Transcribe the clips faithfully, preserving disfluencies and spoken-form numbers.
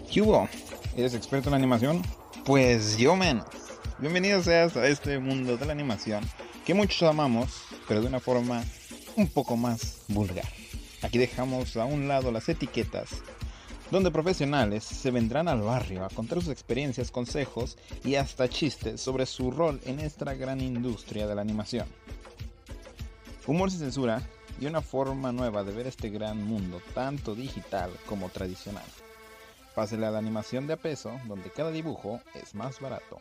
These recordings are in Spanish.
¿Qué hubo? ¿Eres experto en animación? Pues yo menos. Bienvenido seas a este mundo de la animación que muchos amamos, pero de una forma un poco más vulgar. Aquí dejamos a un lado las etiquetas, donde profesionales se vendrán al barrio a contar sus experiencias, consejos y hasta chistes sobre su rol en esta gran industria de la animación. Humor sin censura y una forma nueva de ver este gran mundo, tanto digital como tradicional. Pásele a la animación de a peso, donde cada dibujo es más barato.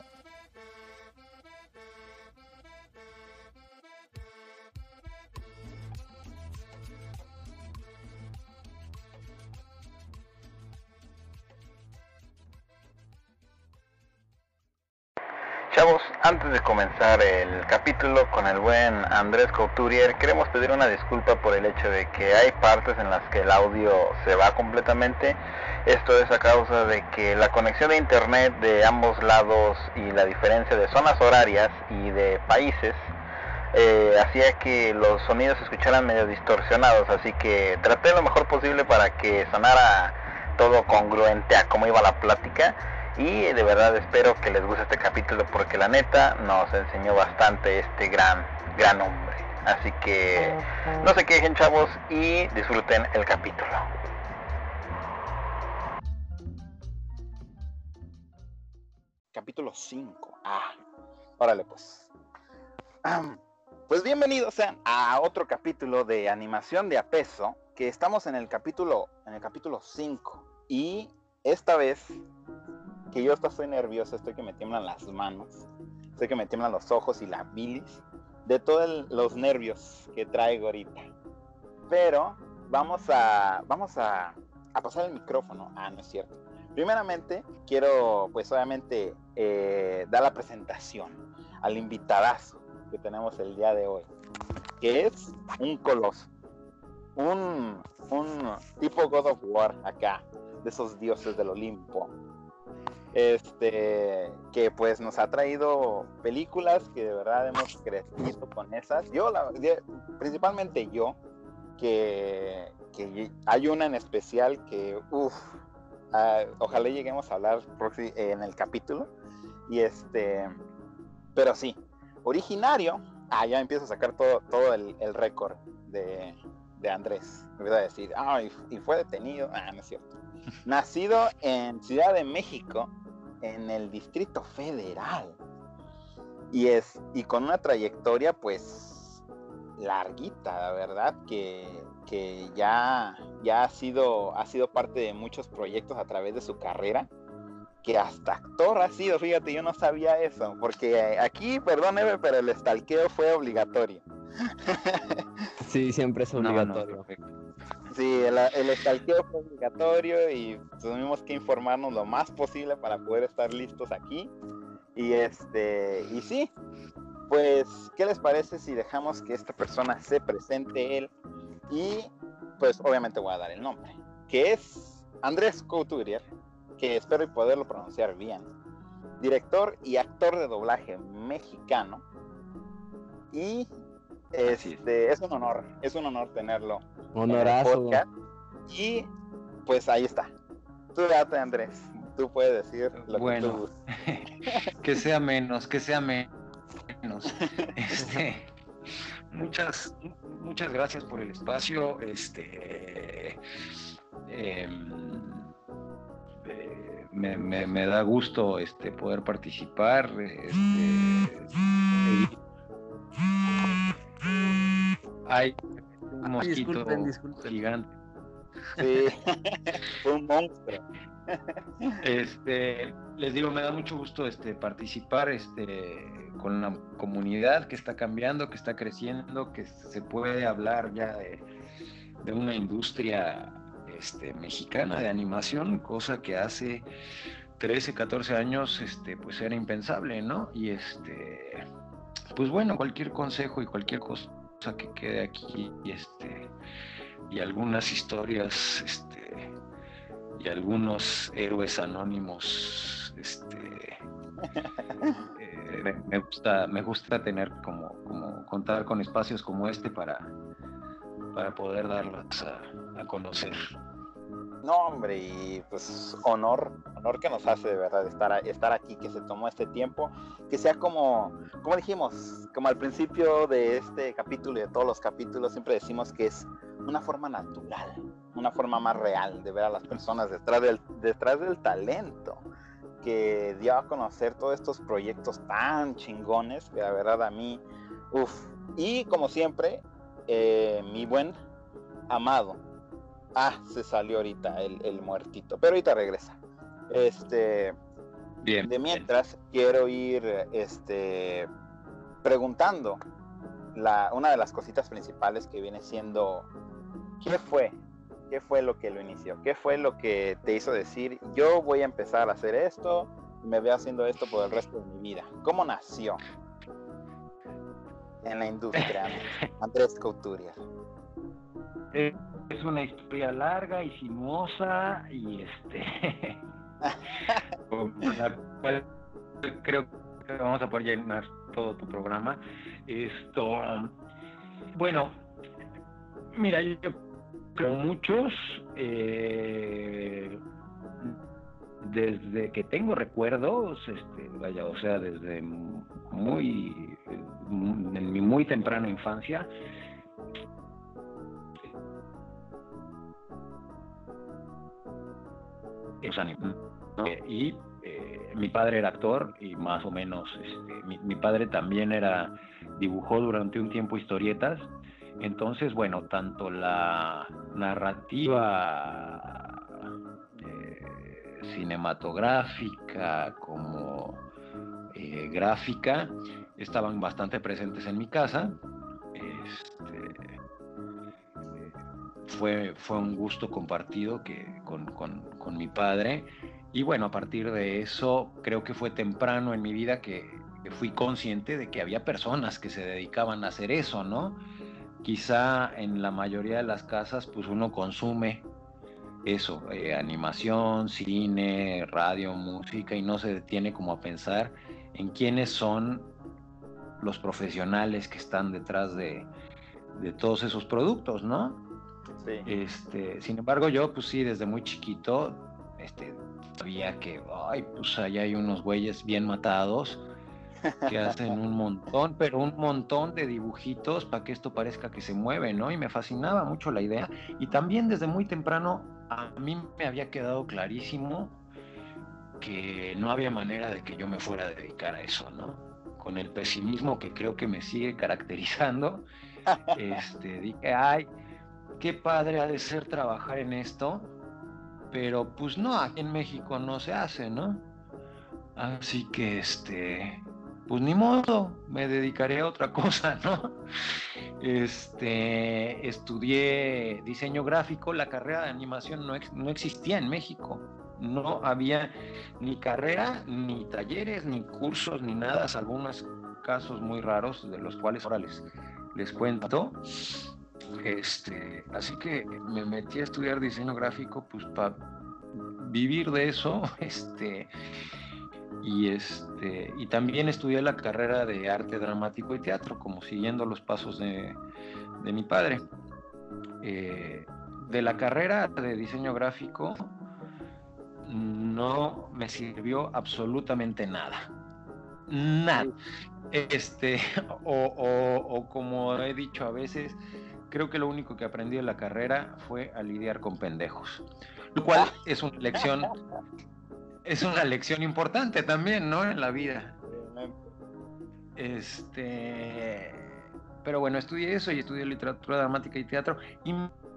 Chavos, antes de comenzar el capítulo con el buen Andrés Couturier, queremos pedir una disculpa por el hecho de que hay partes en las que el audio se va completamente. Esto es a causa de que la conexión de internet de ambos lados y la diferencia de zonas horarias y de países eh, hacía que los sonidos se escucharan medio distorsionados, así que traté lo mejor posible para que sonara todo congruente a cómo iba la plática. Y de verdad espero que les guste este capítulo porque la neta nos enseñó bastante este gran, gran hombre. Así que no se quejen, chavos, y disfruten el capítulo. Capítulo cinco. Ah, órale pues. Pues bienvenidos sean a otro capítulo de animación de a peso, que estamos en el capítulo, en el capítulo cinco. Y esta vez que yo estoy nervioso, estoy que me tiemblan las manos, estoy que me tiemblan los ojos y la bilis, de todos los nervios que traigo ahorita. Pero vamos a, vamos a, a pasar el micrófono. Ah, no es cierto. Primeramente, quiero, pues obviamente, eh, dar la presentación al invitadazo que tenemos el día de hoy, que es un coloso, un, un tipo God of War acá, de esos dioses del Olimpo. Este, que pues nos ha traído películas que de verdad hemos crecido con esas. Yo, la, principalmente yo, que, que hay una en especial que, uff, uh, ojalá lleguemos a hablar en el capítulo. Y este, pero sí, originario, ah, ya empiezo a sacar todo, todo el, el récord de, de Andrés. Me voy a decir, ah, y, y fue detenido, ah, no es cierto. Nacido en Ciudad de México, en el Distrito Federal, y es y con una trayectoria pues larguita, la verdad, que, que ya, ya ha sido ha sido parte de muchos proyectos a través de su carrera, que hasta actor ha sido, fíjate, yo no sabía eso, porque aquí, perdóneme, pero el stalkeo fue obligatorio. Sí, siempre es obligatorio. No, no, Sí, el, el stalkeo fue obligatorio y tuvimos que informarnos lo más posible para poder estar listos aquí. Y este, y sí, pues, ¿qué les parece si dejamos que esta persona se presente él? Y pues obviamente voy a dar el nombre, que es Andrés Couturier, que espero y poderlo pronunciar bien. Director y actor de doblaje mexicano. Y este, es un honor, es un honor tenerlo. Honorazo. Y pues ahí está. Tú date, Andrés. Tú puedes decir lo bueno, que tú que sea menos, que sea menos. Este, muchas, muchas gracias por el espacio. Este, eh, eh, me, me, me da gusto este, poder participar. Este, hay un mosquito Ay, disculpen, disculpen. gigante. Sí, fue un monstruo. Este, les digo, me da mucho gusto este, participar este, con la comunidad que está cambiando, que está creciendo, que se puede hablar ya de, de una industria este, mexicana de animación, cosa que hace trece, catorce años este, pues era impensable, ¿no? Y este, pues bueno, cualquier consejo y cualquier cosa que quede aquí y este y algunas historias este y algunos héroes anónimos este eh, me, me gusta me gusta tener como como contar con espacios como este para para poder darlas a, a conocer. No, hombre, y pues honor, honor que nos hace de verdad estar, estar aquí, que se tomó este tiempo, que sea como, como dijimos, como al principio de este capítulo y de todos los capítulos, siempre decimos que es una forma natural, una forma más real de ver a las personas detrás del, detrás del talento, que dio a conocer todos estos proyectos tan chingones, que la verdad a mí, uff, y como siempre, eh, mi buen Amado. Ah, se salió ahorita el, el muertito, pero ahorita regresa. Este, bien. De mientras, bien. Quiero ir este, preguntando la, una de las cositas principales que viene siendo, ¿qué fue? ¿Qué fue lo que lo inició? ¿Qué fue lo que te hizo decir, yo voy a empezar a hacer esto y me veo haciendo esto por el resto de mi vida? ¿Cómo nació en la industria Andrés Couturier? Eh. Es una historia larga y sinuosa y este la cual creo que vamos a poder llenar todo tu programa. Esto, bueno, mira, yo creo muchos eh, desde que tengo recuerdos, este, vaya, o sea, desde muy en mi muy temprana infancia. ¿No? Y eh, mi padre era actor y más o menos este, mi, mi padre también era dibujó durante un tiempo historietas, entonces bueno, tanto la narrativa eh, cinematográfica como eh, gráfica estaban bastante presentes en mi casa. Este, Fue, fue un gusto compartido que, con, con, con mi padre, y bueno, a partir de eso creo que fue temprano en mi vida que, que fui consciente de que había personas que se dedicaban a hacer eso, ¿no? Quizá en la mayoría de las casas pues uno consume eso, eh, animación, cine, radio, música, y no se detiene como a pensar en quiénes son los profesionales que están detrás de, de todos esos productos, ¿no? Sí. Este, sin embargo, yo, pues sí, desde muy chiquito, este, sabía que, ay, pues allá hay unos güeyes bien matados que hacen un montón, pero un montón de dibujitos para que esto parezca que se mueve, ¿no? Y me fascinaba mucho la idea. Y también desde muy temprano a mí me había quedado clarísimo que no había manera de que yo me fuera a dedicar a eso, ¿no? Con el pesimismo que creo que me sigue caracterizando, este, dije, ay, qué padre ha de ser trabajar en esto, pero pues no, aquí en México no se hace, ¿no? Así que, este, pues ni modo, me dedicaré a otra cosa, ¿no? Este, estudié diseño gráfico, la carrera de animación no, ex, no existía en México, no había ni carrera, ni talleres, ni cursos, ni nada, salvo unos casos muy raros, de los cuales ahora les, les cuento. Este, así que me metí a estudiar diseño gráfico pues para vivir de eso, este, y este, y también estudié la carrera de arte dramático y teatro, como siguiendo los pasos de, de mi padre. Eh, de la carrera de diseño gráfico no me sirvió absolutamente nada, nada. Este, o, o, o como he dicho a veces, creo que lo único que aprendí de la carrera fue a lidiar con pendejos, lo cual es una lección, es una lección importante también, ¿no? En la vida. Este, pero bueno, estudié eso y estudié literatura dramática y teatro, y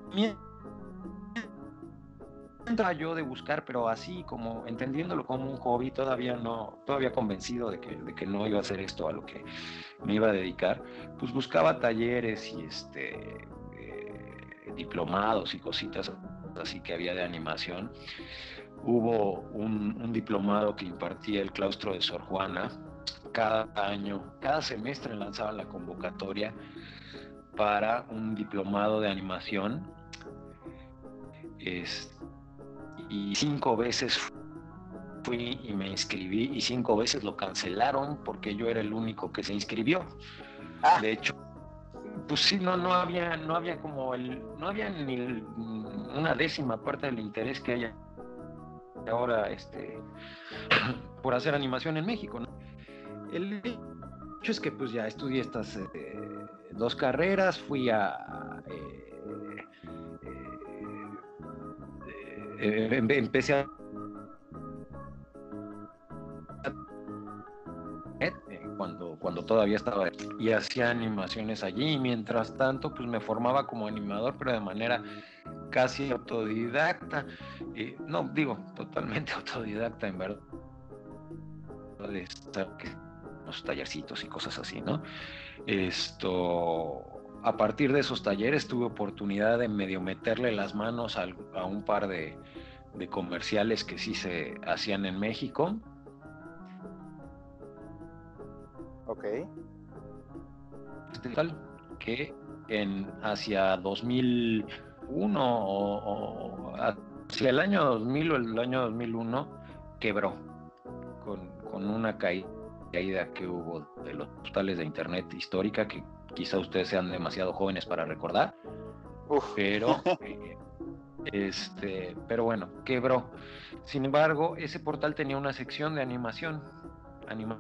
mientras yo de buscar, pero así como entendiéndolo como un hobby, todavía no, todavía convencido de que, de que no iba a hacer esto a lo que me iba a dedicar, pues buscaba talleres y este eh, diplomados y cositas así que había de animación. Hubo un, un diplomado que impartía el claustro de Sor Juana. Cada año, cada semestre lanzaban la convocatoria para un diplomado de animación. Es, y cinco veces fui y me inscribí y cinco veces lo cancelaron porque yo era el único que se inscribió. De hecho, pues sí, no, no había, no había como el, no había ni el, una décima parte del interés que hay ahora este, por hacer animación en México, ¿no? El hecho es que pues ya estudié estas eh, dos carreras, fui a... Eh, eh, eh, empecé a... Cuando, cuando todavía estaba y hacía animaciones allí, y mientras tanto pues me formaba como animador, pero de manera casi autodidacta, eh, no digo totalmente autodidacta en verdad, de estar los tallercitos y cosas así, ¿no? Esto, a partir de esos talleres tuve oportunidad de medio meterle las manos a, a un par de, de comerciales que sí se hacían en México. Ok. Tal que en hacia dos mil uno o, o hacia el año dos mil o el año dos mil uno quebró con, con una caída que hubo de los portales de internet histórica, que quizá ustedes sean demasiado jóvenes para recordar. Uf. pero eh, este pero bueno, quebró. Sin embargo, ese portal tenía una sección de animación anima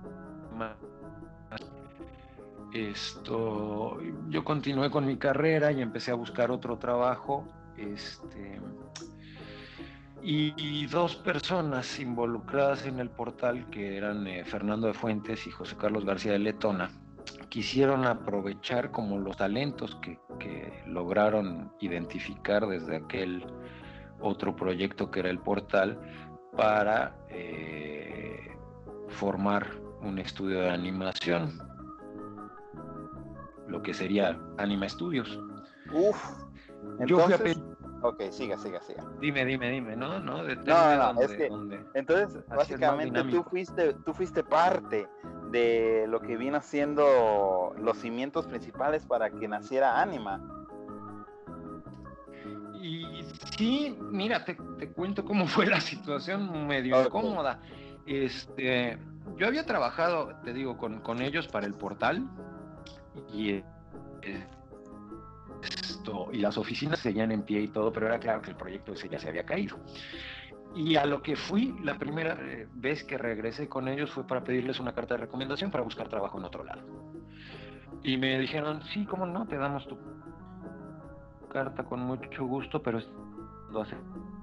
Esto, yo continué con mi carrera y empecé a buscar otro trabajo, este, y, y dos personas involucradas en el portal, que eran eh, Fernando de Fuentes y José Carlos García de Letona, quisieron aprovechar como los talentos que, que lograron identificar desde aquel otro proyecto que era el portal para eh, formar un estudio de animación, lo que sería Anima Studios. Uf. Entonces, yo fui a pedir... Ok, siga, siga, siga. Dime, dime, dime, ¿no? No, de, no, no, no donde, es que, donde entonces, básicamente tú fuiste, tú fuiste parte de lo que vino siendo los cimientos principales para que naciera Anima. Y sí, mira, te, te cuento cómo fue la situación medio okay. incómoda. Este, yo había trabajado, te digo, con, con ellos para el portal, y eh, esto, y las oficinas seguían en pie y todo, pero era claro que el proyecto ese ya se había caído. Y a lo que fui, la primera eh, vez que regresé con ellos fue para pedirles una carta de recomendación para buscar trabajo en otro lado. Y me dijeron, sí, cómo no, te damos tu carta con mucho gusto, pero lo hace.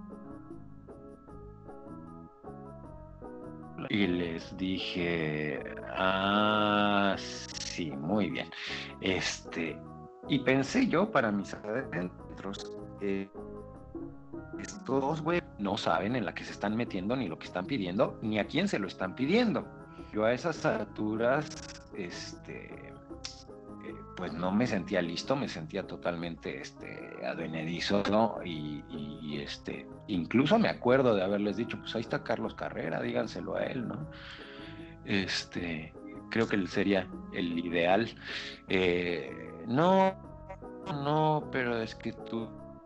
Y les dije, ah, sí, muy bien. Este, y pensé yo para mis adentros, eh, estos güey no saben en la que se están metiendo, ni lo que están pidiendo, ni a quién se lo están pidiendo. Yo a esas alturas, este, eh, pues no me sentía listo, me sentía totalmente este, advenedizo, ¿no? Y, y, y este, incluso me acuerdo de haberles dicho, pues ahí está Carlos Carrera, díganselo a él, ¿no? Este, creo que él sería el ideal. Eh, no, no, pero es que tú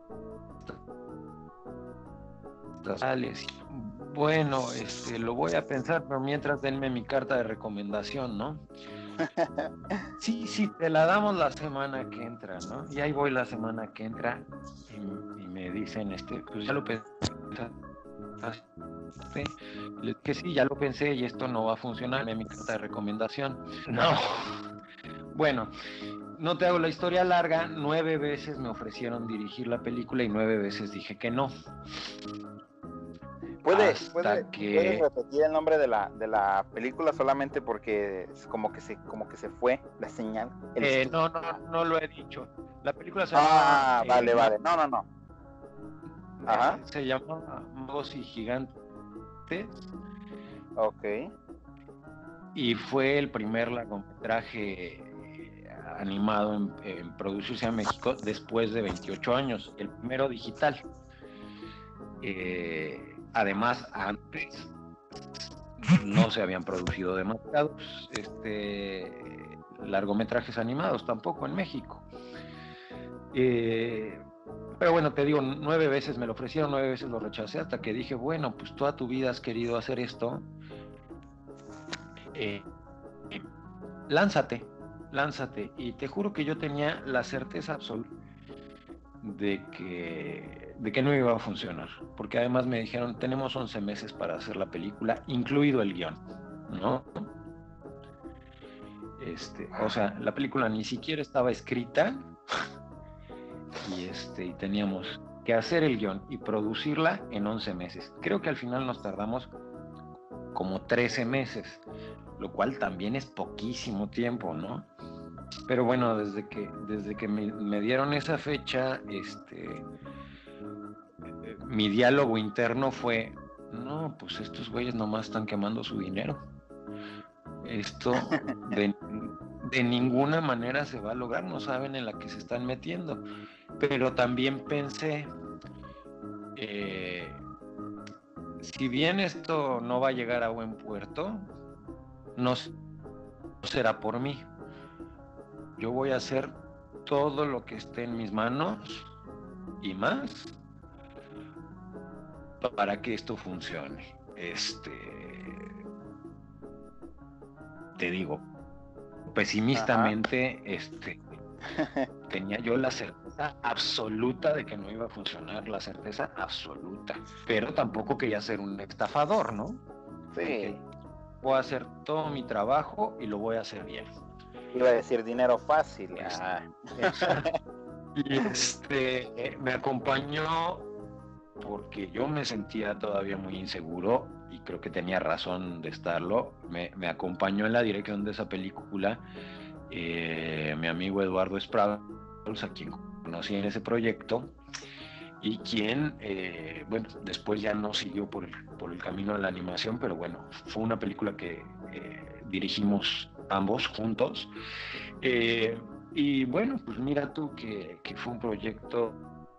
sales. Bueno, este, lo voy a pensar, pero mientras denme mi carta de recomendación, ¿no? Sí, sí, te la damos la semana que entra, ¿no? Y ahí voy la semana que entra y, y me dicen, este, pues ya lo pensé. Que sí, ya lo pensé y esto no va a funcionar, mi carta de recomendación. No. Bueno, no te hago la historia larga, nueve veces me ofrecieron dirigir la película y nueve veces dije que no. ¿Puedes, puede, que... ¿Puedes repetir el nombre de la, de la película solamente porque como que se, como que se fue la señal? Eh, no, no, no lo he dicho. La película se llama... Ah, eh, vale, vale. No, no, no. Ajá. Se llama Magos y Gigantes. Ok. Y fue el primer largometraje animado en, en producirse en México después de veintiocho años. El primero digital. Eh... Además, antes no se habían producido demasiados este, largometrajes animados tampoco en México. Eh, pero bueno, te digo, nueve veces me lo ofrecieron, nueve veces lo rechacé, hasta que dije, bueno, pues toda tu vida has querido hacer esto. Eh, eh, lánzate, lánzate. Y te juro que yo tenía la certeza absoluta de que de que no iba a funcionar, porque además me dijeron, tenemos once meses para hacer la película, incluido el guión, ¿no? Este, o sea, la película ni siquiera estaba escrita y, este, y teníamos que hacer el guión y producirla en once meses. Creo que al final nos tardamos como trece meses, lo cual también es poquísimo tiempo, ¿no? Pero bueno, desde que, desde que me, me dieron esa fecha, este, mi diálogo interno fue, no, pues estos güeyes nomás están quemando su dinero. Esto de, de ninguna manera se va a lograr, no saben en la que se están metiendo. Pero también pensé, eh, si bien esto no va a llegar a buen puerto, no será por mí. Yo voy a hacer todo lo que esté en mis manos y más para que esto funcione. Este, te digo, pesimistamente, este, tenía yo la certeza absoluta de que no iba a funcionar, la certeza absoluta, pero tampoco quería ser un estafador, ¿no? Sí. Porque voy a hacer todo mi trabajo y lo voy a hacer bien. Iba a decir dinero fácil. Ah. Y este, eh, me acompañó porque yo me sentía todavía muy inseguro y creo que tenía razón de estarlo. Me, me acompañó en la dirección de esa película eh, mi amigo Eduardo Sprouse, a quien conocí en ese proyecto y quien, eh, bueno, después ya no siguió por el, por el camino de la animación, pero bueno, fue una película que eh, dirigimos ambos juntos. Eh, y bueno, pues mira tú que, que fue un proyecto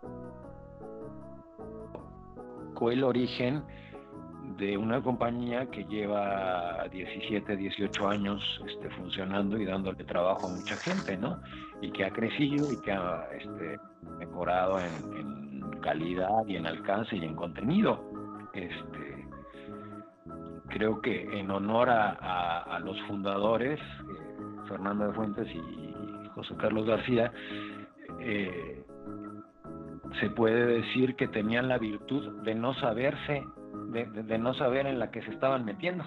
con el origen de una compañía que lleva diecisiete, dieciocho años este, funcionando y dándole trabajo a mucha gente, ¿no? Y que ha crecido y que ha este, mejorado en, en calidad y en alcance y en contenido. Este, creo que en honor a, a, a los fundadores, eh, Fernando de Fuentes y José Carlos García, eh, se puede decir que tenían la virtud de no saberse, de, de, de no saber en la que se estaban metiendo.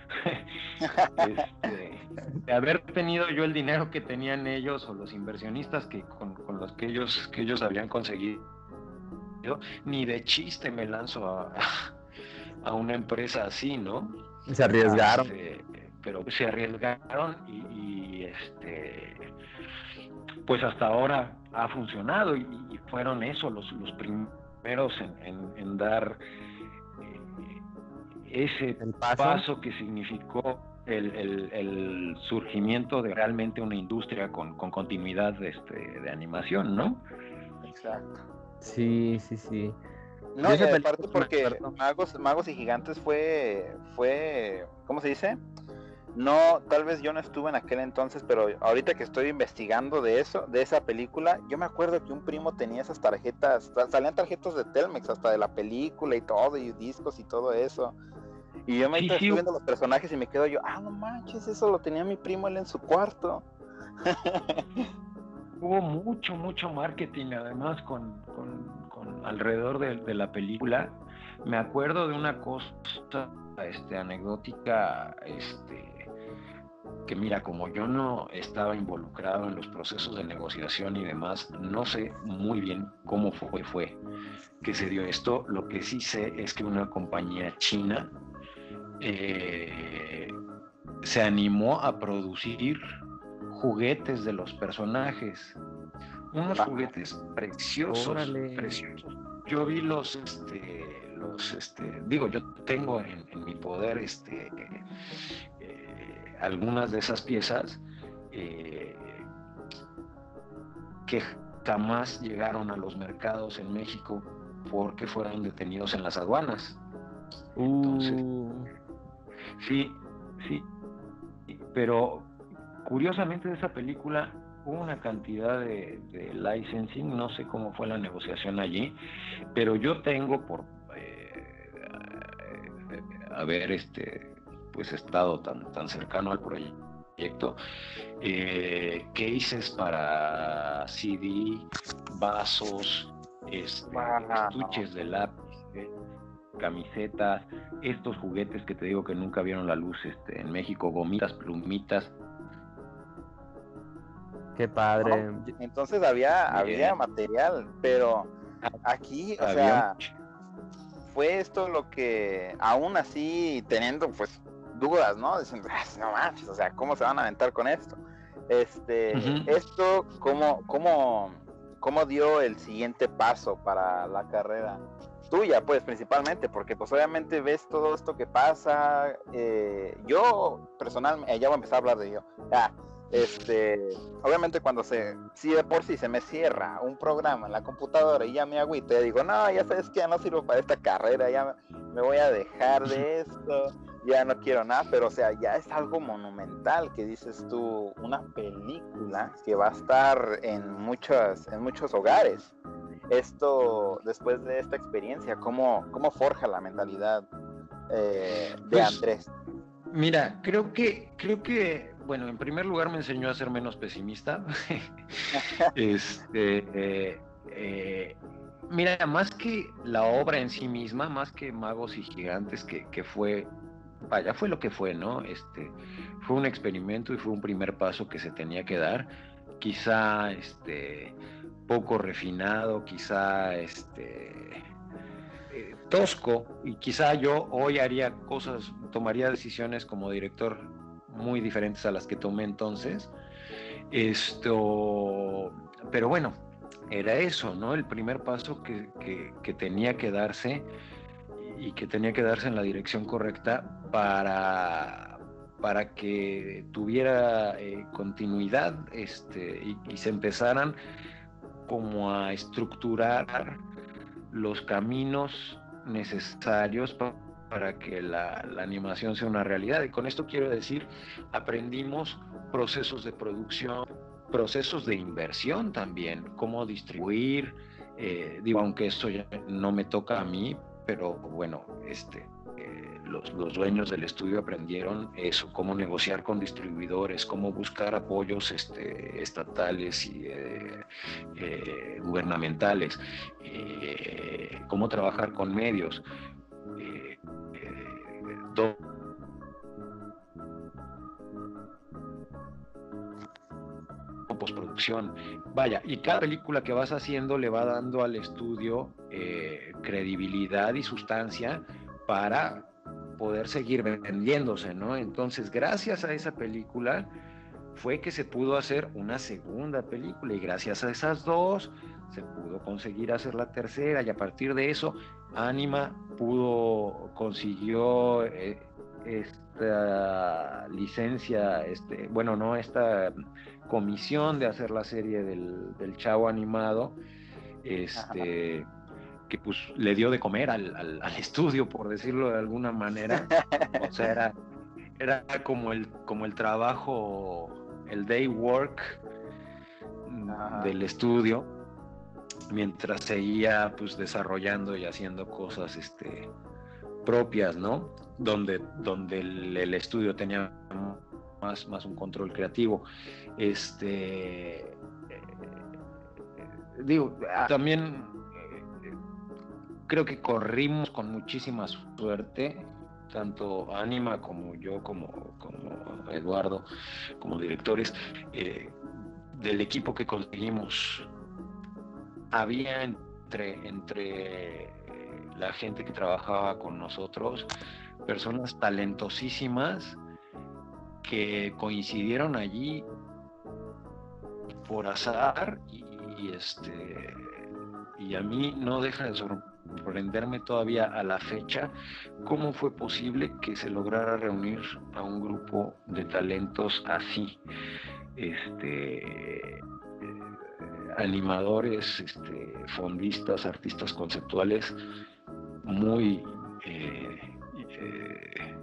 este, de haber tenido yo el dinero que tenían ellos o los inversionistas que con, con los que ellos, que ellos habían conseguido, ni de chiste me lanzo a, a una empresa así, ¿no? Se arriesgaron. Este, pero se arriesgaron y, y este pues hasta ahora ha funcionado y, y fueron eso los, los primeros en, en, en dar eh, ese paso? paso que significó el, el, el surgimiento de realmente una industria con, con continuidad este, de animación, ¿no? Exacto. Sí, sí, sí. No, y aparte porque Magos, Magos y Gigantes fue, fue, ¿cómo se dice? No, tal vez yo no estuve en aquel entonces, pero ahorita que estoy investigando de eso, de esa película, yo me acuerdo que un primo tenía esas tarjetas, salían tarjetas de Telmex hasta de la película y todo, y discos y todo eso. Y yo me sí, estoy sí. viendo los personajes y me quedo yo, ah, no manches, eso lo tenía mi primo él en su cuarto. Hubo mucho, mucho marketing además con, con, con alrededor de, de la película. Me acuerdo de una cosa este, anecdótica, este, que mira, como yo no estaba involucrado en los procesos de negociación y demás, no sé muy bien cómo fue, fue que se dio esto. Lo que sí sé es que una compañía china eh, se animó a producir juguetes de los personajes, unos juguetes preciosos, Órale. preciosos. Yo vi los, este, los, este, digo, yo tengo en, en mi poder, este, eh, algunas de esas piezas eh, que jamás llegaron a los mercados en México porque fueron detenidos en las aduanas. Entonces, uh. sí, sí, pero curiosamente de esa película hubo una cantidad de, de licensing, no sé cómo fue la negociación allí, pero yo tengo por eh, eh, haber este pues estado tan, tan cercano al proyecto, eh, cases para C D, vasos, este, Wow. estuches de lápiz, eh, camisetas, estos juguetes que te digo que nunca vieron la luz este, en México, gomitas, plumitas. Qué padre. ¿No? Entonces había, Bien. había material, pero aquí, o Había sea, mucho. fue esto lo que, aún así, teniendo pues dudas, ¿no? Diciendo, "Ah, no manches, o sea, ¿cómo se van a aventar con esto? Este, Ujú. esto, ¿cómo, cómo, cómo dio el siguiente paso para la carrera tuya, pues, principalmente? Porque, pues, obviamente ves todo esto que pasa. Eh, yo, personalmente, ya voy a empezar a hablar de yo. Ah, este, obviamente cuando se, si de por sí se me cierra un programa en la computadora y ya me agüito, ya digo, no, ya sabes que ya no sirvo para esta carrera, ya me voy a dejar de esto, ya no quiero nada, pero o sea, ya es algo monumental que dices tú, una película que va a estar en muchos, en muchos hogares. Esto, después de esta experiencia, ¿cómo, cómo forja la mentalidad eh, de Pues, Andrés? Mira, creo que, creo que, bueno, en primer lugar me enseñó a ser menos pesimista. este, eh, eh, mira, más que la obra en sí misma, más que Magos y Gigantes, que, que fue, vaya, fue lo que fue, ¿no? Este, fue un experimento y fue un primer paso que se tenía que dar. Quizá, este, poco refinado, quizá, este, eh, tosco, y quizá yo hoy haría cosas, tomaría decisiones como director muy diferentes a las que tomé entonces. Esto, pero bueno, era eso, ¿no? El primer paso que, que, que tenía que darse y que tenía que darse en la dirección correcta para, para que tuviera eh, continuidad este, y, y se empezaran como a estructurar los caminos necesarios para, para que la, la animación sea una realidad. Y con esto quiero decir, aprendimos procesos de producción, procesos de inversión también, cómo distribuir, eh, digo, aunque esto ya no me toca a mí, pero bueno, este, eh, los, los dueños del estudio aprendieron eso, cómo negociar con distribuidores, cómo buscar apoyos este, estatales y eh, eh, gubernamentales, eh, cómo trabajar con medios, eh, eh, do- postproducción, vaya, y cada película que vas haciendo le va dando al estudio eh, credibilidad y sustancia para poder seguir vendiéndose, ¿no? Entonces, gracias a esa película fue que se pudo hacer una segunda película, y gracias a esas dos se pudo conseguir hacer la tercera, y a partir de eso Anima pudo, consiguió eh, esta licencia, este, bueno, no, esta comisión de hacer la serie del, del Chavo animado, este, que pues le dio de comer al, al, al estudio, por decirlo de alguna manera. O sea, era, era como el, como el trabajo, el day work Ajá. del estudio, mientras seguía pues desarrollando y haciendo cosas este, propias, ¿no? Donde, donde el, el estudio tenía más, más un control creativo. Este, eh, digo, también eh, creo que corrimos con muchísima suerte, tanto Anima como yo, como, como Eduardo, como directores, eh, del equipo que conseguimos. Había entre, entre la gente que trabajaba con nosotros personas talentosísimas que coincidieron allí por azar, y, y este y a mí no deja de sorprenderme todavía a la fecha cómo fue posible que se lograra reunir a un grupo de talentos así, este eh, animadores, este, fondistas, artistas conceptuales muy eh, eh, eh,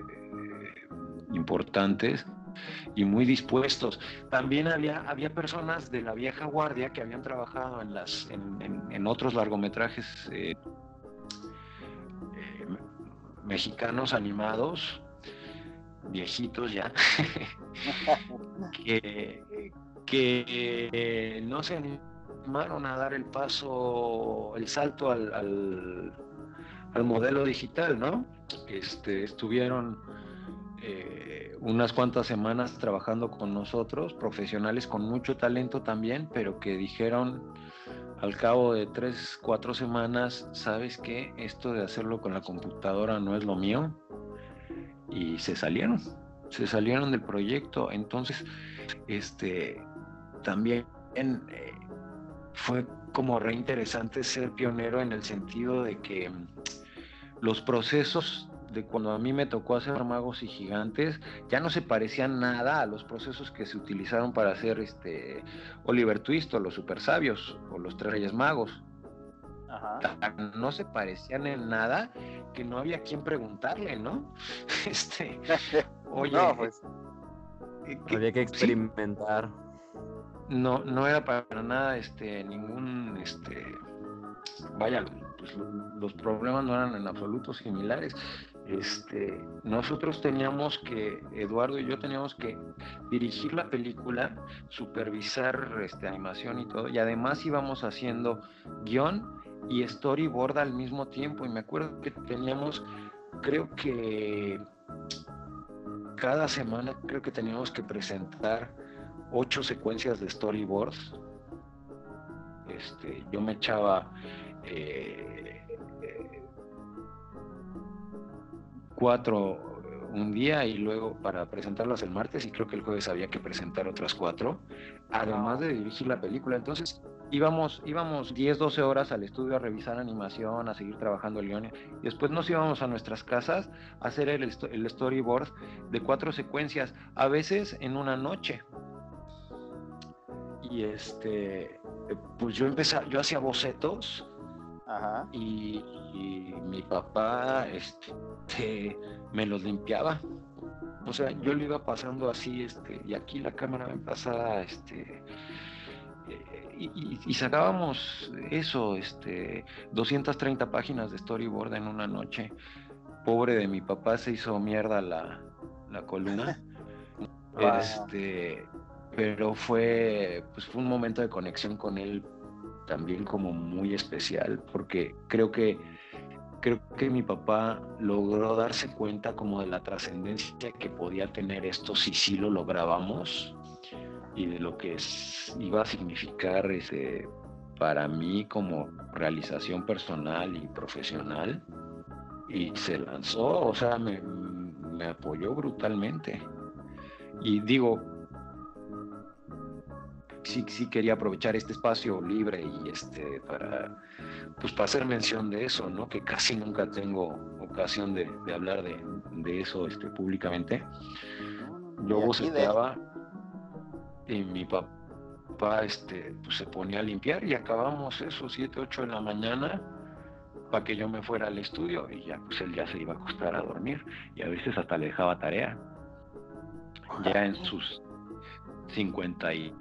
importantes y muy dispuestos. También había, había personas de la vieja guardia que habían trabajado en, las, en, en, en otros largometrajes eh, eh, mexicanos animados, viejitos ya, que, que eh, no se animaron a dar el paso, el salto al, al, al modelo digital, ¿no? Este, estuvieron eh, unas cuantas semanas trabajando con nosotros, profesionales con mucho talento también, pero que dijeron al cabo de tres, cuatro semanas, ¿sabes qué? Esto de hacerlo con la computadora no es lo mío. Y se salieron, se salieron del proyecto. Entonces, este, también eh, fue como re interesante ser pionero en el sentido de que los procesos de cuando a mí me tocó hacer Magos y Gigantes ya no se parecían nada a los procesos que se utilizaron para hacer este Oliver Twist o los Super Sabios o los Tres Reyes Magos. Ajá. No se parecían en nada, que no había quien preguntarle, ¿no? Este, oye, no, pues, que, había que experimentar. Sí, no, no era para nada, este, ningún, este, vaya, pues, los problemas no eran en absoluto similares. Este, nosotros teníamos que, Eduardo y yo teníamos que dirigir la película, supervisar este, animación y todo, y además íbamos haciendo guión y storyboard al mismo tiempo. Y me acuerdo que teníamos, creo que cada semana creo que teníamos que presentar ocho secuencias de storyboards. Este, yo me echaba eh, eh, cuatro un día y luego para presentarlas el martes, y creo que el jueves había que presentar otras cuatro, además de dirigir la película. Entonces íbamos íbamos diez, doce horas al estudio a revisar animación, a seguir trabajando el guión, y después nos íbamos a nuestras casas a hacer el, el storyboard de cuatro secuencias, a veces en una noche. Y este pues yo empecé, yo hacía bocetos. Ajá. Y, y mi papá este, me los limpiaba. O sea, yo lo iba pasando así, este, y aquí la cámara me pasaba, este, eh, y, y, y sacábamos eso, este, doscientas treinta páginas de storyboard en una noche. Pobre de mi papá, se hizo mierda la, la columna. Wow. Este, pero fue, pues fue un momento de conexión con él también como muy especial, porque creo que creo que mi papá logró darse cuenta como de la trascendencia que podía tener esto si sí lo lográbamos, y de lo que es, iba a significar ese, para mí como realización personal y profesional, y se lanzó, o sea, me, me apoyó brutalmente. Y digo, sí, sí quería aprovechar este espacio libre y este para, pues, para hacer mención de eso, ¿no? Que casi nunca tengo ocasión de, de hablar de, de eso este, públicamente. Yo boceteaba y mi papá este, pues, se ponía a limpiar, y acabamos eso, siete, ocho de la mañana, para que yo me fuera al estudio, y ya pues él ya se iba a acostar a dormir, y a veces hasta le dejaba tarea. Ya en sus cincuenta y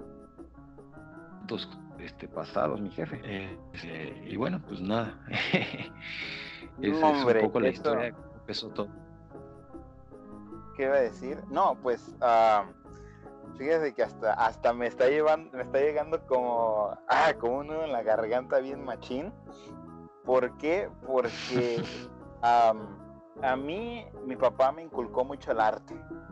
dos este, pasados, mi jefe. Eh, eh, y bueno, pues nada. Esa no, es hombre, un poco la historia que empezó todo. ¿Qué iba a decir? No, pues uh, fíjese que hasta hasta me está llevando, me está llegando como ah, como un nudo en la garganta bien machín. ¿Por qué? Porque um, a mí mi papá me inculcó mucho el arte.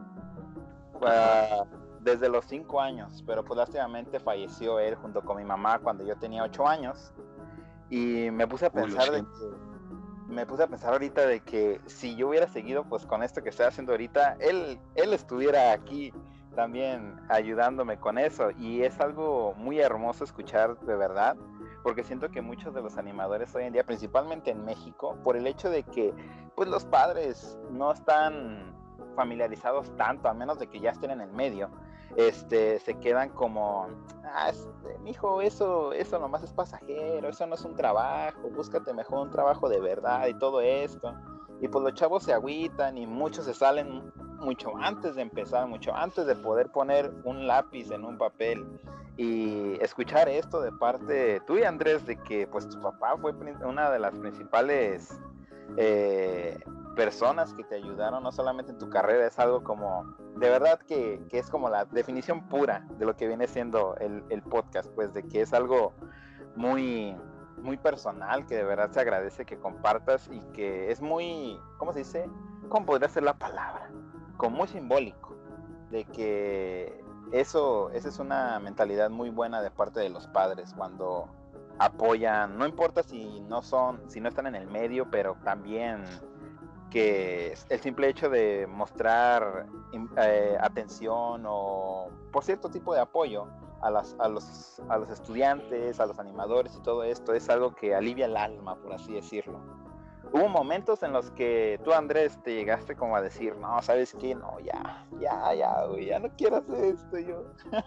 Uh, desde los cinco años, pero pues lástimamente falleció él junto con mi mamá cuando yo tenía ocho años, y me puse a pensar de que, me puse a pensar ahorita de que si yo hubiera seguido pues con esto que estoy haciendo ahorita, él, él estuviera aquí también ayudándome con eso, y es algo muy hermoso escuchar de verdad, porque siento que muchos de los animadores hoy en día, principalmente en México, por el hecho de que pues los padres no están familiarizados tanto, a menos de que ya estén en el medio, este, se quedan como, ah, este, mijo, eso, eso nomás es pasajero, eso no es un trabajo, búscate mejor un trabajo de verdad y todo esto, y pues los chavos se agüitan y muchos se salen mucho antes de empezar, mucho antes de poder poner un lápiz en un papel. Y escuchar esto de parte tuya, Andrés, de que pues tu papá fue una de las principales eh, personas que te ayudaron, no solamente en tu carrera, es algo como, de verdad que, que es como la definición pura de lo que viene siendo el, el podcast, pues de que es algo muy, muy personal, que de verdad se agradece que compartas y que es muy, ¿cómo se dice? ¿Cómo podría ser la palabra? Como muy simbólico, de que eso, esa es una mentalidad muy buena de parte de los padres cuando apoyan, no importa si no son, si no están en el medio, pero también que el simple hecho de mostrar eh, atención o por cierto tipo de apoyo a, las, a, los, a los estudiantes, a los animadores y todo esto es algo que alivia el alma, por así decirlo. Hubo momentos en los que tú, Andrés, te llegaste como a decir, no, ¿sabes qué? No, ya, ya, ya, güey, ya no quiero hacer esto yo.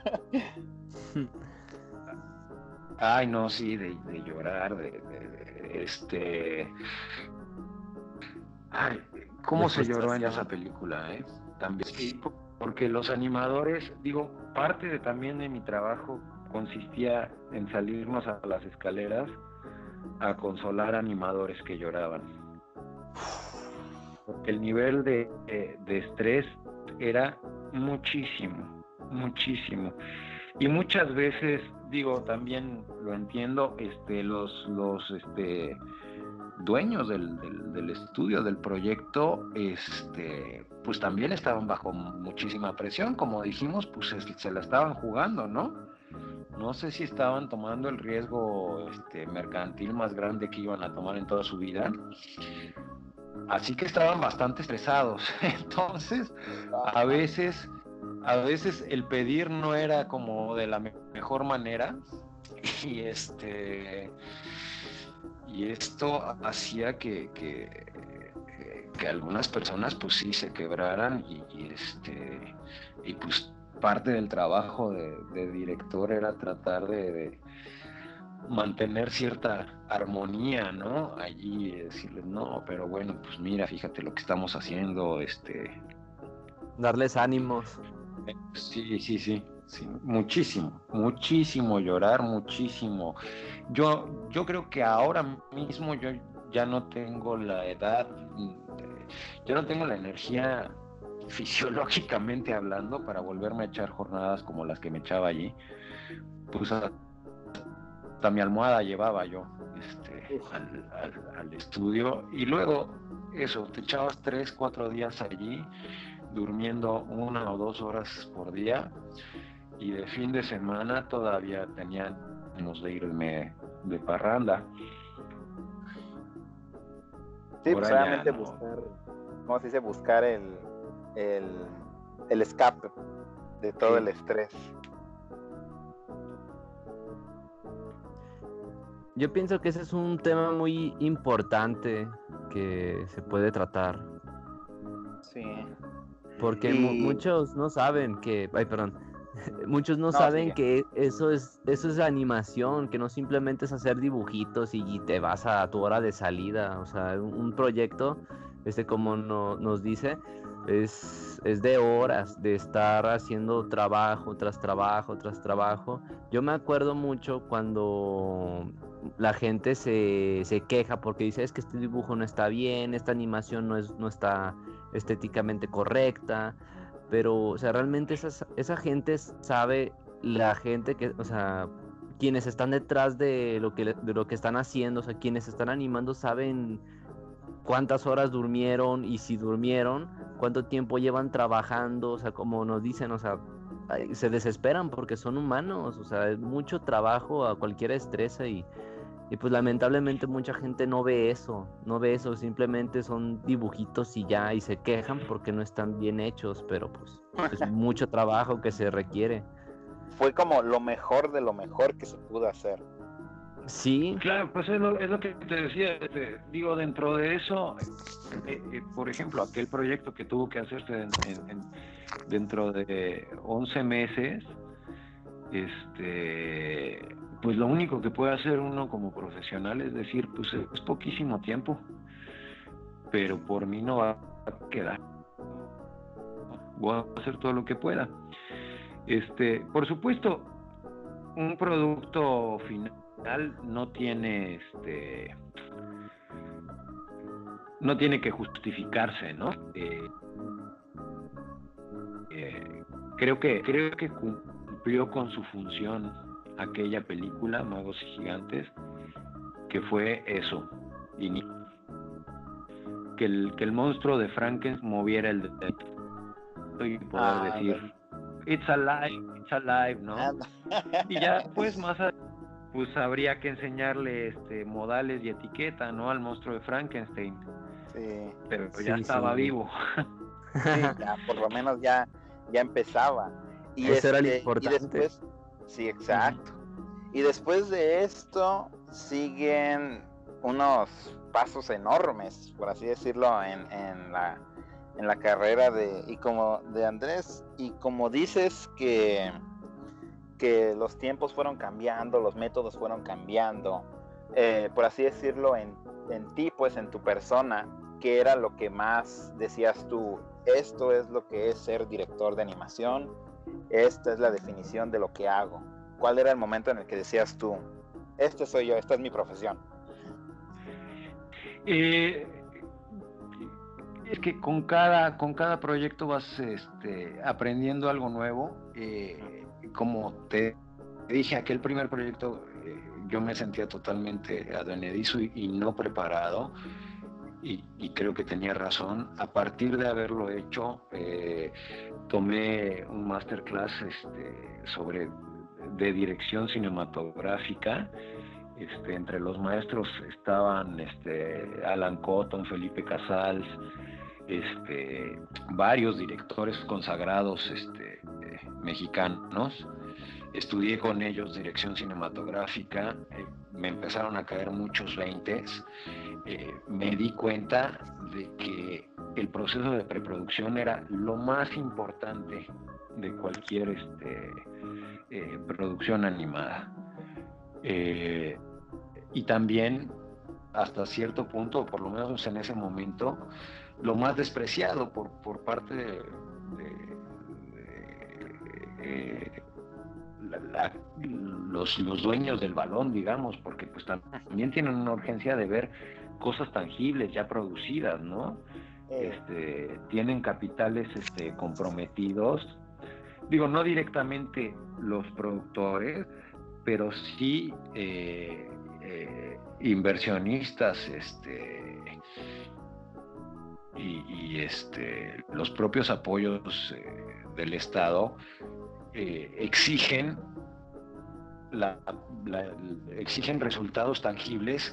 Ay, no, sí, de, de llorar, de, de, de este... Ay, cómo se lloró en esa película, ¿eh? También, sí, porque los animadores, digo, parte de también de mi trabajo consistía en salirnos a las escaleras a consolar animadores que lloraban. Porque el nivel de, de, de estrés era muchísimo, muchísimo. Y muchas veces, digo, también lo entiendo, este, los, los, este... dueños del, del, del estudio, del proyecto, este, pues también estaban bajo muchísima presión, como dijimos, pues se, se la estaban jugando, ¿no? No sé si estaban tomando el riesgo este, mercantil más grande que iban a tomar en toda su vida, así que estaban bastante estresados. Entonces, a veces, a veces el pedir no era como de la me- mejor manera, y este... y esto hacía que, que, que algunas personas pues sí se quebraran y, y este y pues parte del trabajo de, de director era tratar de, de mantener cierta armonía, ¿no? Allí decirles, no, pero bueno, pues mira, fíjate lo que estamos haciendo, este... darles ánimos. Sí, sí, sí. Sí, muchísimo, muchísimo llorar, muchísimo. Yo, yo creo que ahora mismo yo ya no tengo la edad, yo no tengo la energía fisiológicamente hablando para volverme a echar jornadas como las que me echaba allí. Pues hasta mi almohada llevaba yo este, al, al, al estudio y luego eso, te echabas tres, cuatro días allí durmiendo una o dos horas por día. Y de fin de semana todavía tenía ganas de irme de parranda. Sí, pues obviamente no. buscar, ¿cómo se dice? Buscar el, el, el escape de todo sí. el estrés. Yo pienso que ese es un tema muy importante que se puede tratar. Sí. Porque y... mu- muchos no saben que... Ay, perdón. Muchos no, no saben sí. que eso es eso es animación, que no simplemente es hacer dibujitos y, y te vas a tu hora de salida. O sea, un, un proyecto, este como no, nos dice, es, es de horas, de estar haciendo trabajo tras trabajo, tras trabajo. Yo me acuerdo mucho cuando la gente se, se queja porque dice, es que este dibujo no está bien, esta animación no, es, no está estéticamente correcta. Pero, o sea, realmente esa, esa gente sabe, la gente que, o sea, quienes están detrás de lo que, de lo que están haciendo, o sea, quienes están animando saben cuántas horas durmieron y si durmieron, cuánto tiempo llevan trabajando, o sea, como nos dicen, o sea, se desesperan porque son humanos, o sea, es mucho trabajo, a cualquiera estresa y... Y pues lamentablemente mucha gente no ve eso, no ve eso, simplemente son dibujitos y ya, y se quejan porque no están bien hechos, pero pues es mucho trabajo que se requiere. Fue como lo mejor de lo mejor que se pudo hacer. Sí. Claro, pues es lo, es lo que te decía, este, digo, dentro de eso, eh, eh, por ejemplo, aquel proyecto que tuvo que hacerse en, en, en, dentro de once meses, este... pues lo único que puede hacer uno como profesional es decir, pues es poquísimo tiempo, pero por mí no va a quedar, voy a hacer todo lo que pueda. Este, por supuesto, un producto final no tiene este no tiene que justificarse, ¿no? Eh, eh, creo que creo que cumplió con su función aquella película, Magos y Gigantes, que fue eso, y ni, que el que el monstruo de Frankenstein moviera el dedo y poder ah, decir it's alive, it's alive, ¿no? Y ya pues más pues habría que enseñarle este modales y etiqueta, ¿no? Al monstruo de Frankenstein. Sí. Pero sí, ya estaba sí. vivo. Sí, ya por lo menos ya ya empezaba. Y eso este, era lo importante. Y después, sí, exacto. Uh-huh. Y después de esto siguen unos pasos enormes, por así decirlo, en, en la en la carrera de y como de Andrés, y como dices que que los tiempos fueron cambiando, los métodos fueron cambiando, eh, por así decirlo, en, en ti, pues en tu persona, ¿qué era lo que más decías tú? Esto es lo que es ser director de animación, esta es la definición de lo que hago. ¿Cuál era el momento en el que decías tú, este soy yo, esta es mi profesión? Eh, es que con cada, con cada proyecto vas este, aprendiendo algo nuevo. Eh, como te dije, aquel primer proyecto eh, yo me sentía totalmente advenedizo y, y no preparado, y, y creo que tenía razón. A partir de haberlo hecho, eh, tomé un masterclass este, sobre de dirección cinematográfica. Este, entre los maestros estaban este, Alan Cotton, Felipe Casals, este, varios directores consagrados este, eh, mexicanos. Estudié con ellos dirección cinematográfica, eh, me empezaron a caer muchos veintes, eh, me di cuenta de que el proceso de preproducción era lo más importante de cualquier este, eh, producción animada. Eh, y también, hasta cierto punto, por lo menos en ese momento, lo más despreciado por, por parte de, de, de eh, la, la, los, los dueños del balón, digamos, porque pues también tienen una urgencia de ver cosas tangibles ya producidas, ¿no? Este, tienen capitales este, comprometidos, digo, no directamente los productores, pero sí eh, eh, inversionistas este, y, y este, los propios apoyos eh, del Estado eh, exigen la, la, exigen resultados tangibles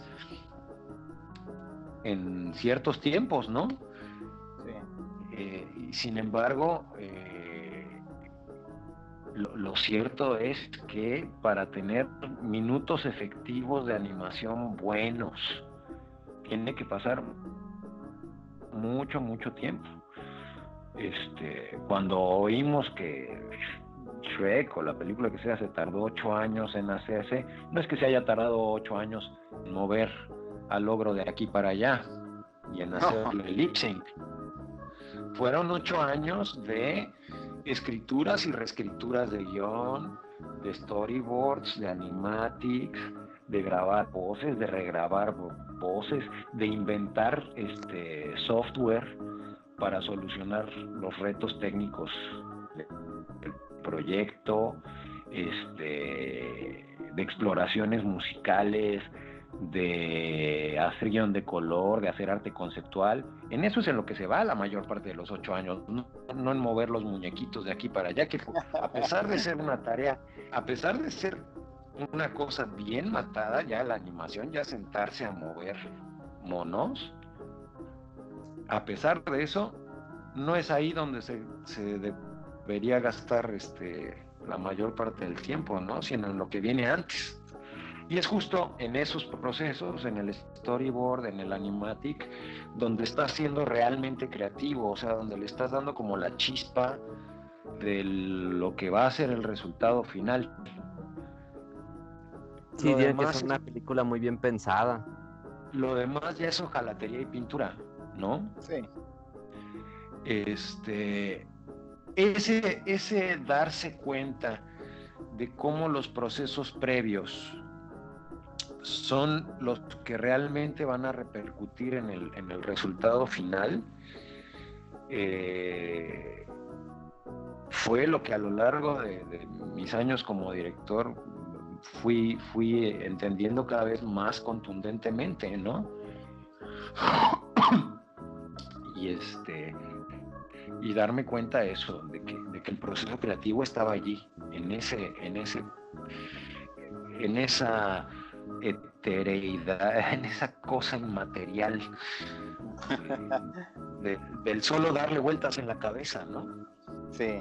en ciertos tiempos, ¿no? Sí. Eh, y sin embargo, eh, lo, lo cierto es que para tener minutos efectivos de animación buenos, tiene que pasar mucho, mucho tiempo. Este, cuando oímos que Shrek o la película que sea se tardó ocho años en hacerse, no es que se haya tardado ocho años en mover al logro de aquí para allá y en hacer no. el lip sync. Fueron ocho años de escrituras y reescrituras de guión, de storyboards, de animatics, de grabar voces, de regrabar voces, de inventar este software para solucionar los retos técnicos del proyecto, este, de exploraciones musicales, de hacer guión de color, de hacer arte conceptual. En eso es en lo que se va la mayor parte de los ocho años, no, no en mover los muñequitos de aquí para allá, que a pesar de ser una tarea, a pesar de ser una cosa bien matada, ya la animación, ya sentarse a mover monos, a pesar de eso, no es ahí donde se, se debería gastar este, la mayor parte del tiempo, ¿no? Sino en lo que viene antes. Y es justo en esos procesos, en el storyboard, en el animatic, donde estás siendo realmente creativo, o sea, donde le estás dando como la chispa de lo que va a ser el resultado final. Sí, lo tiene demás, que ser una película muy bien pensada. Lo demás ya es hojalatería y pintura, ¿no? Sí. Este, ese, ese darse cuenta de cómo los procesos previos son los que realmente van a repercutir en el, en el resultado final. Eh, fue lo que a lo largo de, de mis años como director fui, fui entendiendo cada vez más contundentemente, ¿no? Y este y darme cuenta de eso, de que, de que el proceso creativo estaba allí, en ese, en ese, en esa etereidad, en esa cosa inmaterial, de, del solo darle vueltas en la cabeza, ¿no? Sí.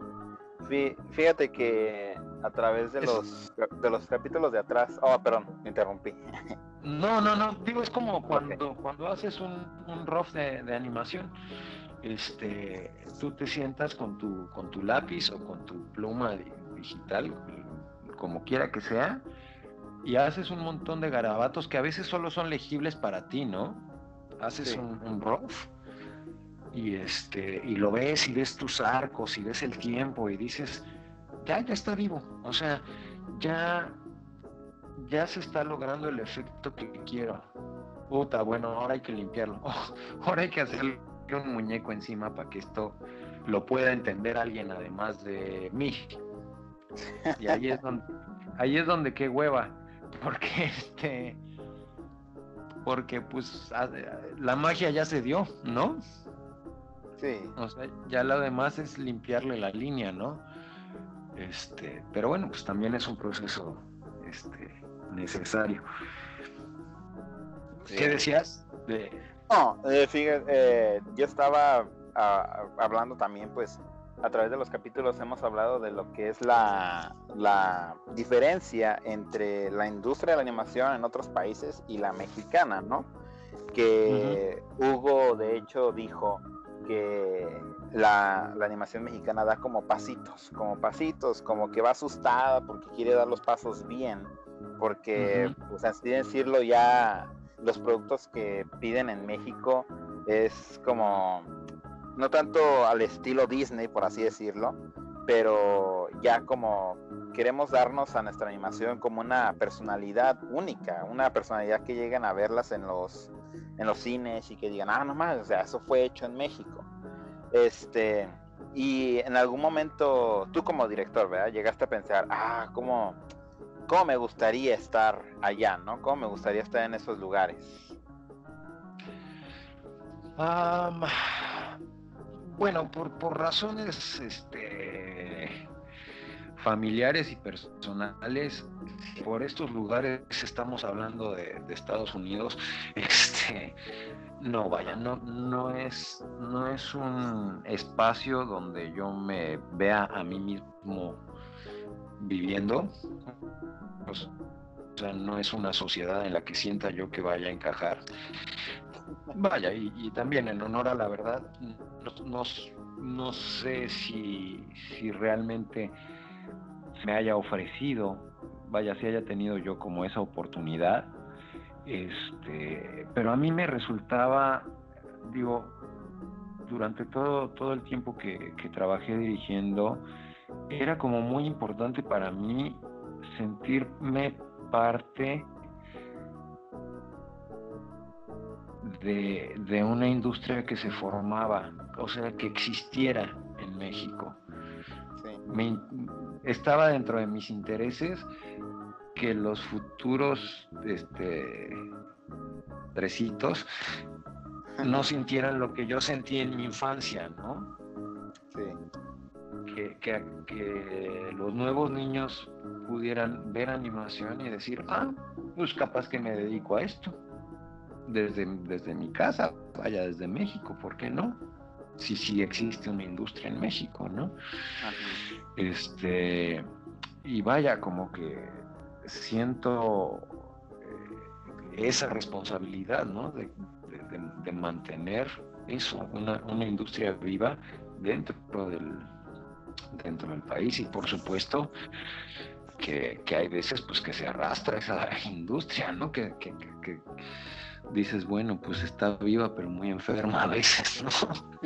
Fíjate que a través de es... los de los capítulos de atrás, oh, perdón, me interrumpí. No, no, no, digo, es como cuando, okay. cuando haces un, un rough de, de animación. Este, tú te sientas con tu, con tu lápiz o con tu pluma digital, como quiera que sea, y haces un montón de garabatos que a veces solo son legibles para ti, ¿no? Haces sí. un, un rough y este, y lo ves y ves tus arcos y ves el tiempo y dices, ya, ya está vivo, o sea, ya, ya se está logrando el efecto que quiero. Puta, bueno, ahora hay que limpiarlo, oh, ahora hay que hacerlo un muñeco encima para que esto lo pueda entender alguien además de mí. Y ahí es donde ahí es donde qué hueva, porque este porque pues la magia ya se dio, ¿no? Sí. O sea, ya lo demás es limpiarle la línea, ¿no? Este, pero bueno, pues también es un proceso este necesario. Sí. ¿Qué decías? De No, eh, fíjate, eh, yo estaba a, hablando también, pues, a través de los capítulos hemos hablado de lo que es la, la diferencia entre la industria de la animación en otros países y la mexicana, ¿no? Que uh-huh. Hugo, de hecho, dijo que la, la animación mexicana da como pasitos, como pasitos, como que va asustada porque quiere dar los pasos bien, porque, uh-huh. pues, así decirlo, ya los productos que piden en México es como, no tanto al estilo Disney, por así decirlo, pero ya como queremos darnos a nuestra animación como una personalidad única, una personalidad que lleguen a verlas en los, en los cines y que digan, ah, no más, o sea, eso fue hecho en México. Este, y en algún momento, tú como director, ¿verdad? Llegaste a pensar, ah, ¿cómo... ¿Cómo me gustaría estar allá, no? ¿Cómo me gustaría estar en esos lugares? Um, bueno, por, por razones este, familiares y personales, por estos lugares estamos hablando de, de Estados Unidos, este, no, vaya, no, no es, no es un espacio donde yo me vea a mí mismo viviendo. Pues, o sea, no es una sociedad en la que sienta yo que vaya a encajar. Vaya, y, y también en honor a la verdad, no, no, no sé si, si realmente me haya ofrecido, vaya, si haya tenido yo como esa oportunidad, este, pero a mí me resultaba, digo, durante todo, todo el tiempo que, que trabajé dirigiendo, era como muy importante para mí sentirme parte de, de una industria que se formaba, o sea, que existiera en México. Sí. Me, estaba dentro de mis intereses que los futuros este, tresitos no sintieran lo que yo sentí en mi infancia, ¿no? Sí. Que, que, que los nuevos niños pudieran ver animación y decir, ah, pues capaz que me dedico a esto desde, desde mi casa, vaya, desde México, ¿por qué no? Si sí existe una industria en México, ¿no? Ajá. Este, y vaya, como que siento eh, esa responsabilidad, ¿no? De, de, de mantener eso, una, una industria viva dentro del dentro del país, y por supuesto que, que hay veces pues que se arrastra esa industria, ¿no? Que, que, que, que dices, bueno, pues está viva pero muy enferma a veces, ¿no?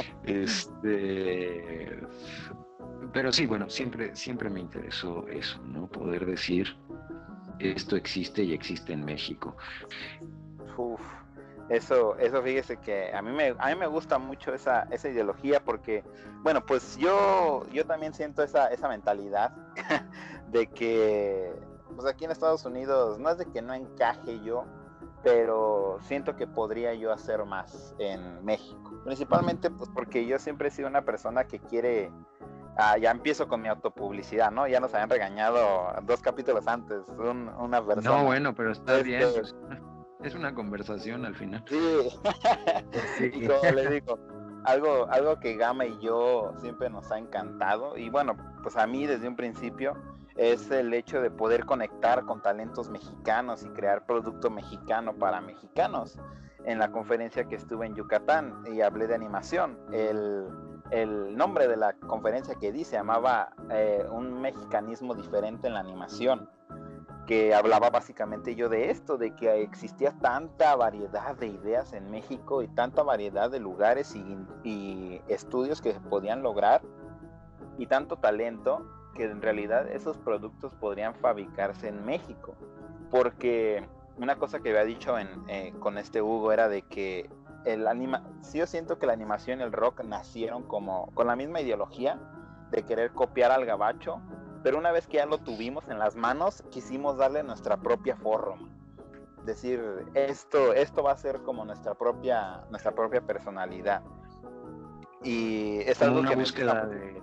este, pero sí, bueno, siempre, siempre me interesó eso, ¿no? Poder decir, esto existe y existe en México. Uf, eso, eso fíjese que a mí me, a mí me gusta mucho esa, esa ideología porque, bueno, pues yo, yo también siento esa, esa mentalidad de que, pues aquí en Estados Unidos, no es de que no encaje yo, pero siento que podría yo hacer más en México, principalmente pues porque yo siempre he sido una persona que quiere, ah, ya empiezo con mi autopublicidad, ¿no? Ya nos habían regañado dos capítulos antes, un, una persona. No, bueno, pero está este, bien, pues, es una conversación al final. Sí, Sí. y como le digo, algo, algo que Gama y yo siempre nos ha encantado, y bueno, pues a mí desde un principio, es el hecho de poder conectar con talentos mexicanos y crear producto mexicano para mexicanos. En la conferencia que estuve en Yucatán y hablé de animación, el, el nombre de la conferencia que di se llamaba eh, Un mexicanismo diferente en la animación, que hablaba básicamente yo de esto, de que existía tanta variedad de ideas en México y tanta variedad de lugares y, y estudios que se podían lograr y tanto talento, que en realidad esos productos podrían fabricarse en México, porque una cosa que había dicho en, eh, con este Hugo era de que el anima, sí yo siento que la animación y el rock nacieron como con la misma ideología de querer copiar al gabacho, pero una vez que ya lo tuvimos en las manos, quisimos darle nuestra propia forma, decir esto, esto va a ser como nuestra propia, nuestra propia personalidad, y es como algo una que búsqueda de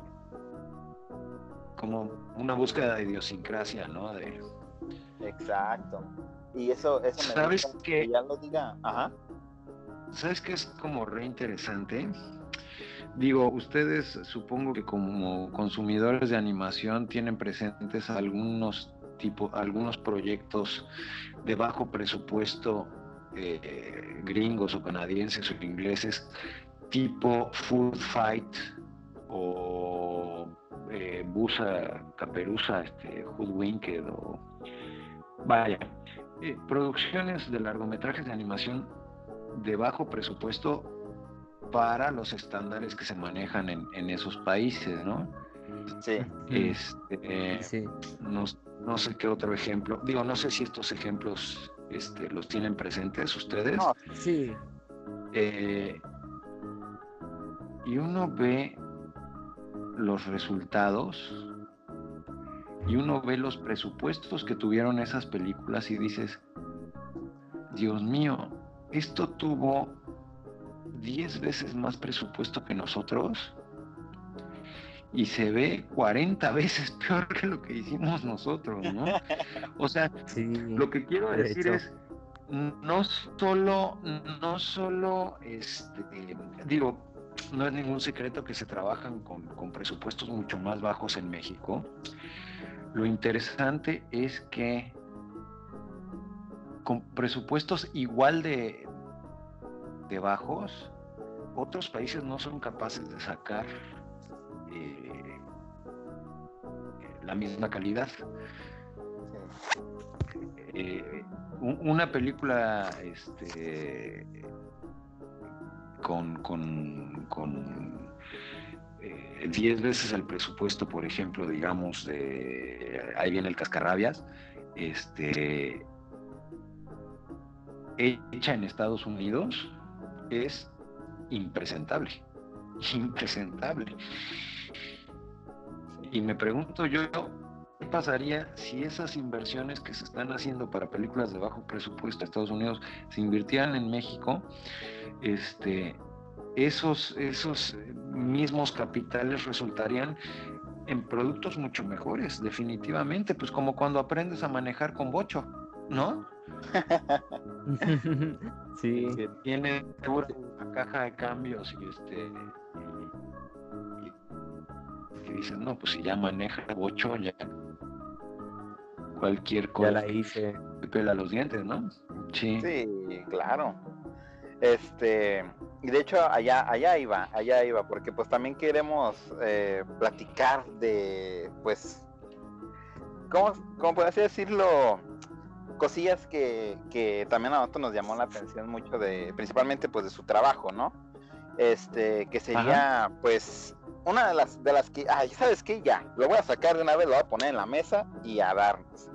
como una búsqueda de idiosincrasia, ¿no? De... Exacto. Y eso, eso me ¿Sabes gusta qué? que ya lo diga. Ajá. ¿Sabes qué es como re interesante? Digo, ustedes supongo que como consumidores de animación tienen presentes algunos tipo, algunos proyectos de bajo presupuesto, eh, gringos o canadienses o ingleses, tipo Food Fight o eh, Busa, Caperuza, este, Hoodwinked o vaya, eh, producciones de largometrajes de animación de bajo presupuesto para los estándares que se manejan en, en esos países, ¿no? Sí. Este, eh, Sí. no, no sé qué otro ejemplo, digo, no sé si estos ejemplos este, los tienen presentes ustedes. No, Sí. Eh, y uno ve los resultados y uno ve los presupuestos que tuvieron esas películas y dices, Dios mío, esto tuvo diez veces más presupuesto que nosotros y se ve cuarenta veces peor que lo que hicimos nosotros, ¿no? O sea, Sí, lo que quiero de decir hecho. es, no solo, no solo, este, digo, no es ningún secreto que se trabajan con, con presupuestos mucho más bajos en México. Lo interesante es que con presupuestos igual de, de bajos, otros países no son capaces de sacar eh, la misma calidad. Eh, una película este, con, con, con eh, diez veces el presupuesto, por ejemplo, digamos, de Ahí viene el cascarrabias, este, hecha en Estados Unidos, es impresentable, impresentable. Y me pregunto yo, ¿qué pasaría si esas inversiones que se están haciendo para películas de bajo presupuesto en Estados Unidos se invirtieran en México? Este, esos, esos mismos capitales resultarían en productos mucho mejores, definitivamente, pues como cuando aprendes a manejar con bocho, ¿no? Sí. Que tiene una caja de cambios y este y, y, y dicen, no, pues si ya maneja bocho, ya cualquier cosa Ya la hice. te pela los dientes, ¿no? Sí. Sí, claro. Este, y de hecho allá, allá iba, allá iba, porque pues también queremos eh, platicar de, pues, ¿cómo, cómo por así decirlo? Cosillas que, que también a nosotros nos llamó la atención mucho de, principalmente pues de su trabajo, ¿no? Este, que sería, ajá, pues, una de las, de las que, ay, ¿sabes qué? Ya, lo voy a sacar de una vez, lo voy a poner en la mesa y a darnos.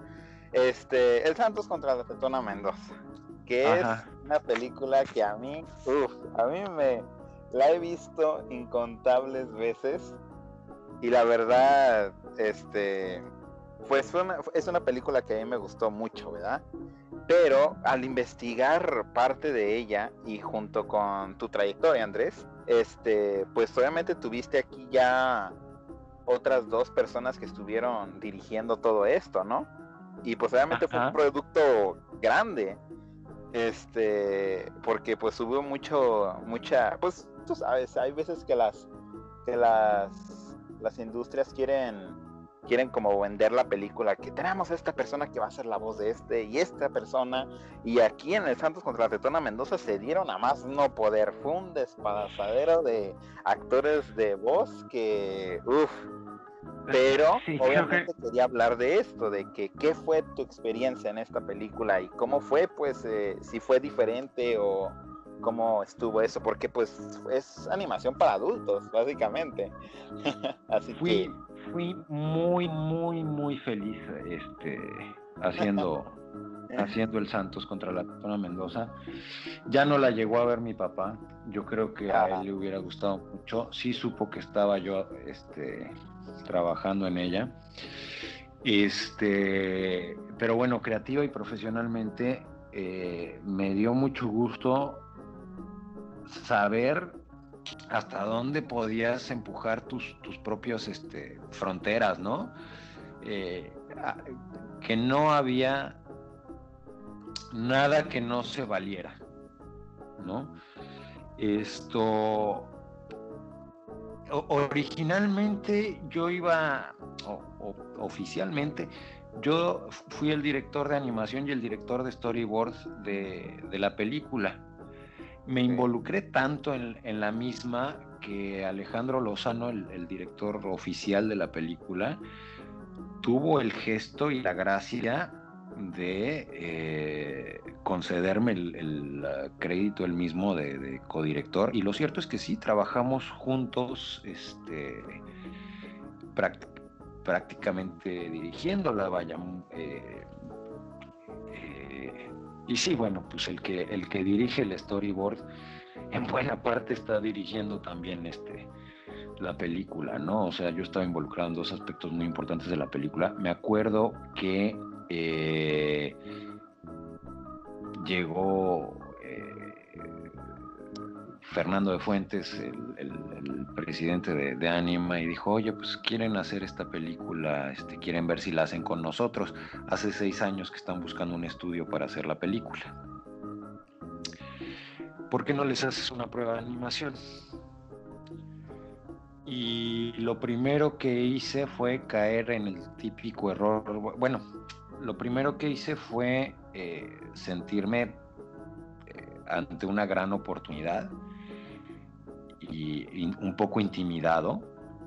Este, El Santos contra la Tetona Mendoza, que Ajá. es una película que a mí, uff, a mí me la he visto incontables veces y la verdad, este, pues fue una, es una película que a mí me gustó mucho, ¿verdad? Pero al investigar parte de ella y junto con tu trayectoria, Andrés, este, pues obviamente tuviste aquí ya otras dos personas que estuvieron dirigiendo todo esto, ¿no? Y pues obviamente Ajá. fue un producto grande, este, porque pues hubo mucho, mucha, pues tú sabes, hay veces que las, que las, las industrias quieren, quieren como vender la película, que tenemos a esta persona que va a ser la voz de este y esta persona, y aquí en El Santos contra la Tetona Mendoza se dieron a más no poder, fue un despadazadero de actores de voz que, uff. Pero sí, obviamente que... quería hablar de esto, de que qué fue tu experiencia en esta película y cómo fue, pues, eh, si fue diferente o cómo estuvo eso, porque pues es animación para adultos, básicamente. Así fui, que... Fui muy, muy, muy feliz este, haciendo, haciendo El Santos contra la Tetona Mendoza. Ya no la llegó a ver mi papá, yo creo que Ajá. a él le hubiera gustado mucho, sí supo que estaba yo... este trabajando en ella, este, pero bueno, creativa y profesionalmente eh, me dio mucho gusto saber hasta dónde podías empujar tus, tus propios este, fronteras, ¿no? Eh, que no había nada que no se valiera, ¿no? Esto... Originalmente yo iba, o, o, oficialmente, yo fui el director de animación y el director de storyboards de, de la película. Me involucré tanto en, en la misma que Alejandro Lozano, el, el director oficial de la película, tuvo el gesto y la gracia de eh, concederme el, el crédito él mismo de, de codirector, y lo cierto es que sí, trabajamos juntos este, práct- prácticamente dirigiéndola, vaya, eh, eh, y sí, bueno, pues el que, el que dirige el storyboard en buena parte está dirigiendo también este la película, ¿no? O sea, yo estaba involucrado en dos aspectos muy importantes de la película. Me acuerdo que Eh, llegó eh, Fernando de Fuentes, el, el, el presidente de, de Anima, y dijo, oye, pues quieren hacer esta película, este, quieren ver si la hacen con nosotros. Hace seis años que están buscando un estudio para hacer la película. ¿Por qué no les haces una prueba de animación? Y lo primero que hice fue caer en el típico error, bueno, lo primero que hice fue eh, sentirme eh, ante una gran oportunidad y, y un poco intimidado,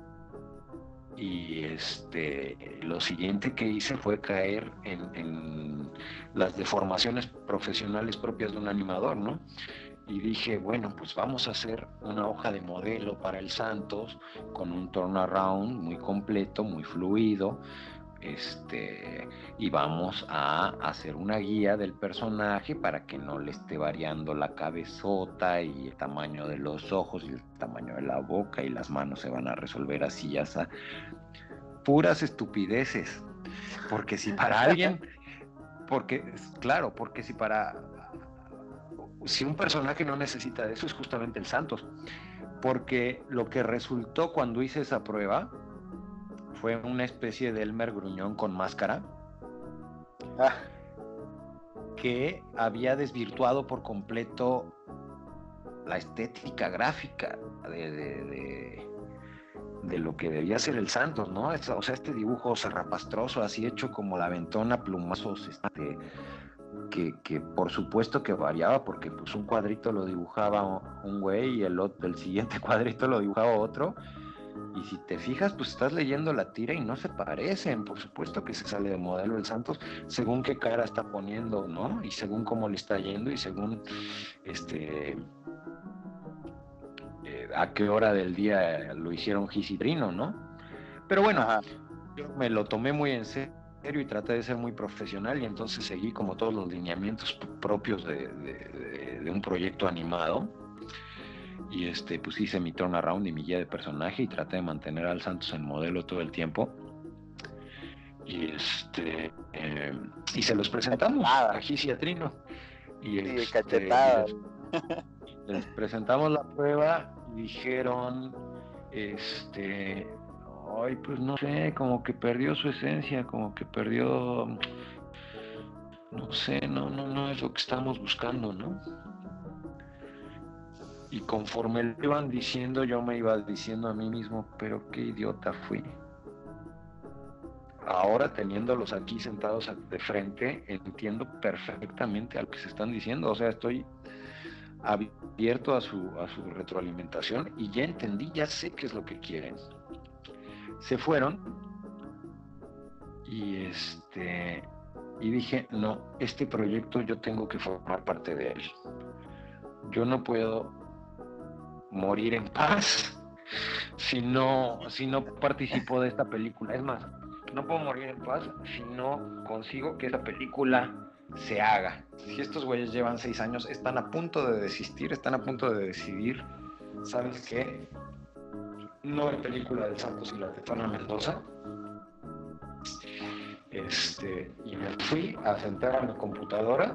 y este, lo siguiente que hice fue caer en, en las deformaciones profesionales propias de un animador, ¿no? Y dije, bueno, pues vamos a hacer una hoja de modelo para el Santos con un turnaround muy completo, muy fluido, este, y vamos a hacer una guía del personaje para que no le esté variando la cabezota y el tamaño de los ojos y el tamaño de la boca, y las manos se van a resolver así, ya está. Puras estupideces, porque si para alguien, porque, claro, porque si para, si un personaje no necesita de eso, es justamente el Santos, porque lo que resultó cuando hice esa prueba fue una especie de Elmer Gruñón con máscara, ah. que había desvirtuado por completo la estética gráfica de, de, de, de lo que debía ser el Santos, ¿no? O sea, este dibujo zarrapastroso, así hecho como la ventona, plumazos, este, que, que por supuesto que variaba, porque pues un cuadrito lo dibujaba un güey y el, otro, el siguiente cuadrito lo dibujaba otro. Y si te fijas, pues estás leyendo la tira y no se parecen. Por supuesto que se sale de modelo el Santos según qué cara está poniendo, ¿no? Y según cómo le está yendo y según este eh, a qué hora del día lo hicieron Gisidrino, ¿no? Pero bueno, Ajá. yo me lo tomé muy en serio serio y traté de ser muy profesional, y entonces seguí como todos los lineamientos propios de, de, de, de un proyecto animado. Y este, pues hice mi turnaround y mi guía de personaje y traté de mantener al Santos en modelo todo el tiempo. Y este eh, y se los presentamos a Gis y a Trino. Y sí, este, cachetada. Les, les presentamos la prueba y dijeron, este, ay, pues no sé, como que perdió su esencia, como que perdió, no sé, no, no, no es lo que estamos buscando, ¿no? Y conforme le iban diciendo, yo me iba diciendo a mí mismo, pero qué idiota fui. Ahora, teniéndolos aquí sentados de frente, entiendo perfectamente a lo que se están diciendo. O sea, estoy abierto a su, a su retroalimentación y ya entendí, ya sé qué es lo que quieren. Se fueron y este y dije, no, este proyecto yo tengo que formar parte de él. Yo no puedo morir en paz si no, si no participo de esta película. Es más, no puedo morir en paz si no consigo que esa película se haga. Si estos güeyes llevan seis años, están a punto de desistir, están a punto de decidir, ¿sabes qué? No hay película del Santos y la Tetona Mendoza. Este, y me fui a sentar a mi computadora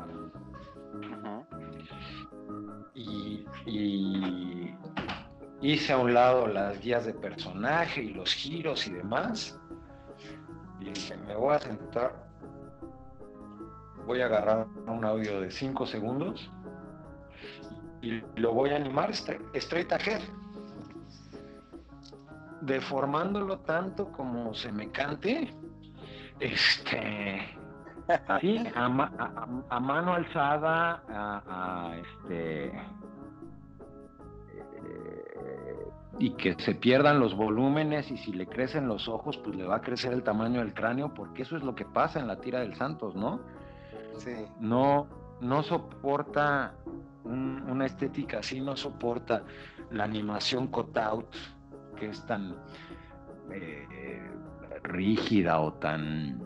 y, y hice a un lado las guías de personaje y los giros y demás. Y dije, me voy a sentar, voy a agarrar un audio de cinco segundos y lo voy a animar straight ahead, deformándolo tanto como se me cante, este, así, a, ma, a, a mano alzada, a, a este, eh, y que se pierdan los volúmenes, y si le crecen los ojos, pues le va a crecer el tamaño del cráneo, porque eso es lo que pasa en la tira del Santos, ¿no? Sí. No, no soporta un, una estética así, no soporta la animación cut-out, que es tan eh, rígida o tan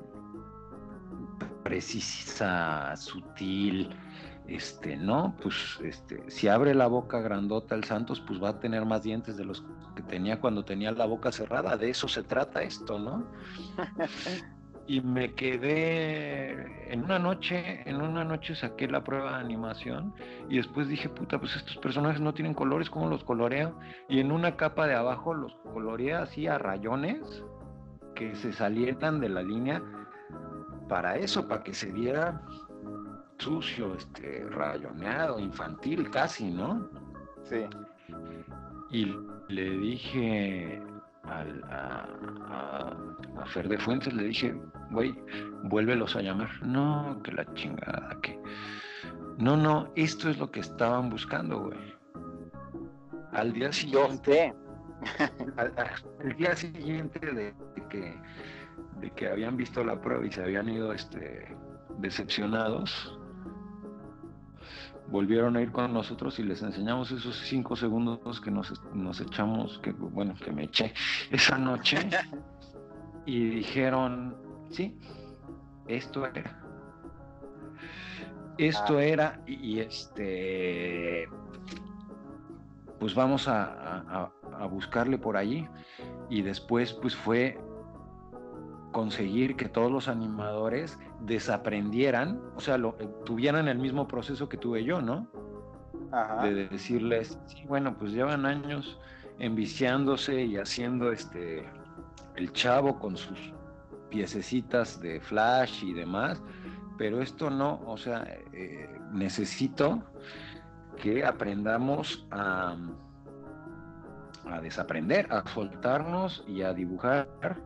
precisa, sutil. Este, no, pues este, si abre la boca grandota el Santos, pues va a tener más dientes de los que tenía cuando tenía la boca cerrada. De eso se trata esto, ¿no? Y me quedé en una noche, en una noche saqué la prueba de animación y después dije, puta, pues estos personajes no tienen colores, ¿cómo los coloreo? Y en una capa de abajo los coloreé así a rayones que se salieran de la línea para eso, para que se viera sucio, este, rayoneado, infantil casi, ¿no? Sí. Y le dije al, a, a, a Fer de Fuentes, le dije, güey, vuélvelos a llamar. No, que la chingada, que... No, no, esto es lo que estaban buscando, güey. Al día siguiente... al, al día siguiente de, de que de que habían visto la prueba y se habían ido este, decepcionados, volvieron a ir con nosotros y les enseñamos esos cinco segundos que nos, nos echamos, que bueno, que me eché esa noche, y dijeron, sí, esto era. Esto ah. era, y, y este, pues vamos a, a, a buscarle por allí. Y después, pues fue conseguir que todos los animadores desaprendieran, o sea, lo, tuvieran el mismo proceso que tuve yo, ¿no? Ajá. De decirles, sí, bueno, pues llevan años enviciándose y haciendo este el chavo con sus piececitas de flash y demás, pero esto no, o sea, eh, necesito que aprendamos a, a desaprender, a soltarnos y a dibujar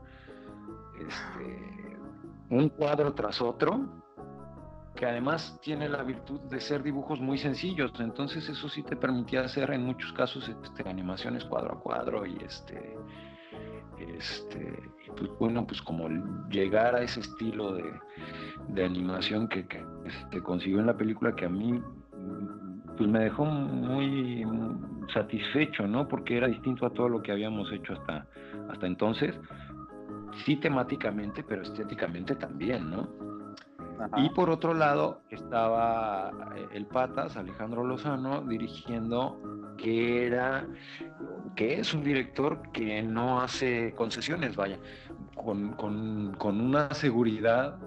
Este, un cuadro tras otro, que además tiene la virtud de ser dibujos muy sencillos. Entonces eso sí te permitía hacer en muchos casos este, animaciones cuadro a cuadro y este, este pues bueno, pues como llegar a ese estilo de, de animación que, que se consiguió en la película, que a mí pues me dejó muy, muy satisfecho, ¿no? Porque era distinto a todo lo que habíamos hecho hasta, hasta entonces. sí temáticamente, pero estéticamente también, ¿no? Ajá. Y por otro lado estaba el Patas, Alejandro Lozano, dirigiendo, que era, que es un director que no hace concesiones, vaya, con, con, con una seguridad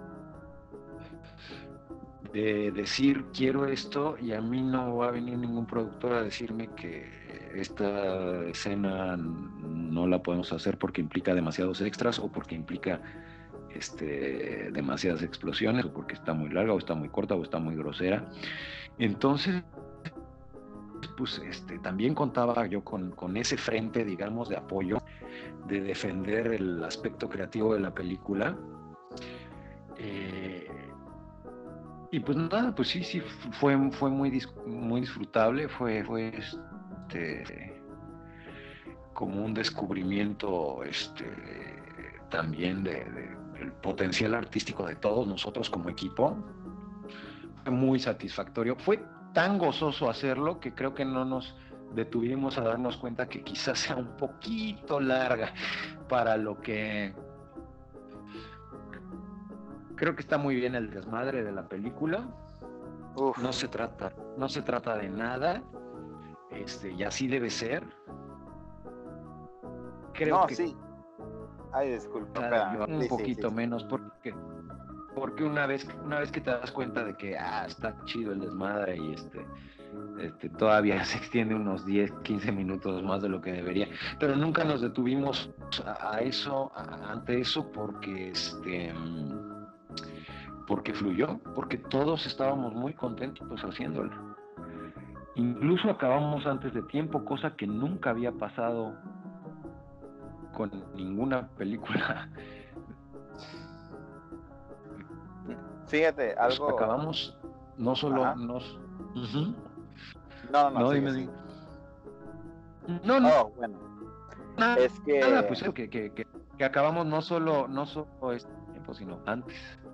de decir quiero esto y a mí no va a venir ningún productor a decirme que esta escena no la podemos hacer porque implica demasiados extras o porque implica este, demasiadas explosiones o porque está muy larga o está muy corta o está muy grosera. Entonces, pues este, también contaba yo con, con ese frente, digamos, de apoyo, de defender el aspecto creativo de la película. Eh, y pues nada, pues sí, sí, fue, fue muy, dis, muy disfrutable, fue, fue este, como un descubrimiento este, también de, de, del potencial artístico de todos nosotros como equipo. Fue muy satisfactorio, fue tan gozoso hacerlo que creo que no nos detuvimos a darnos cuenta que quizás sea un poquito larga para lo que... Creo que está muy bien el desmadre de la película. Uf. No se trata, no se trata de nada, este, y así debe ser. Creo no, que sí. Ay, disculpa. Yo, un sí, poquito sí, sí. menos porque porque una vez una vez que te das cuenta de que ah, está chido el desmadre y este este todavía se extiende unos diez, quince minutos más de lo que debería, pero nunca nos detuvimos a, a eso, a, ante eso porque este porque fluyó, porque todos estábamos muy contentos haciéndolo. Incluso acabamos antes de tiempo, cosa que nunca había pasado con ninguna película. Fíjate, algo... Acabamos, no solo Ajá. nos... Uh-huh. No, no, no, no sigue, dime, sigue. No, no. Oh, bueno. Nada, es que... Nada, pues eso, que, que, que, que acabamos no solo, no solo este tiempo, sino antes.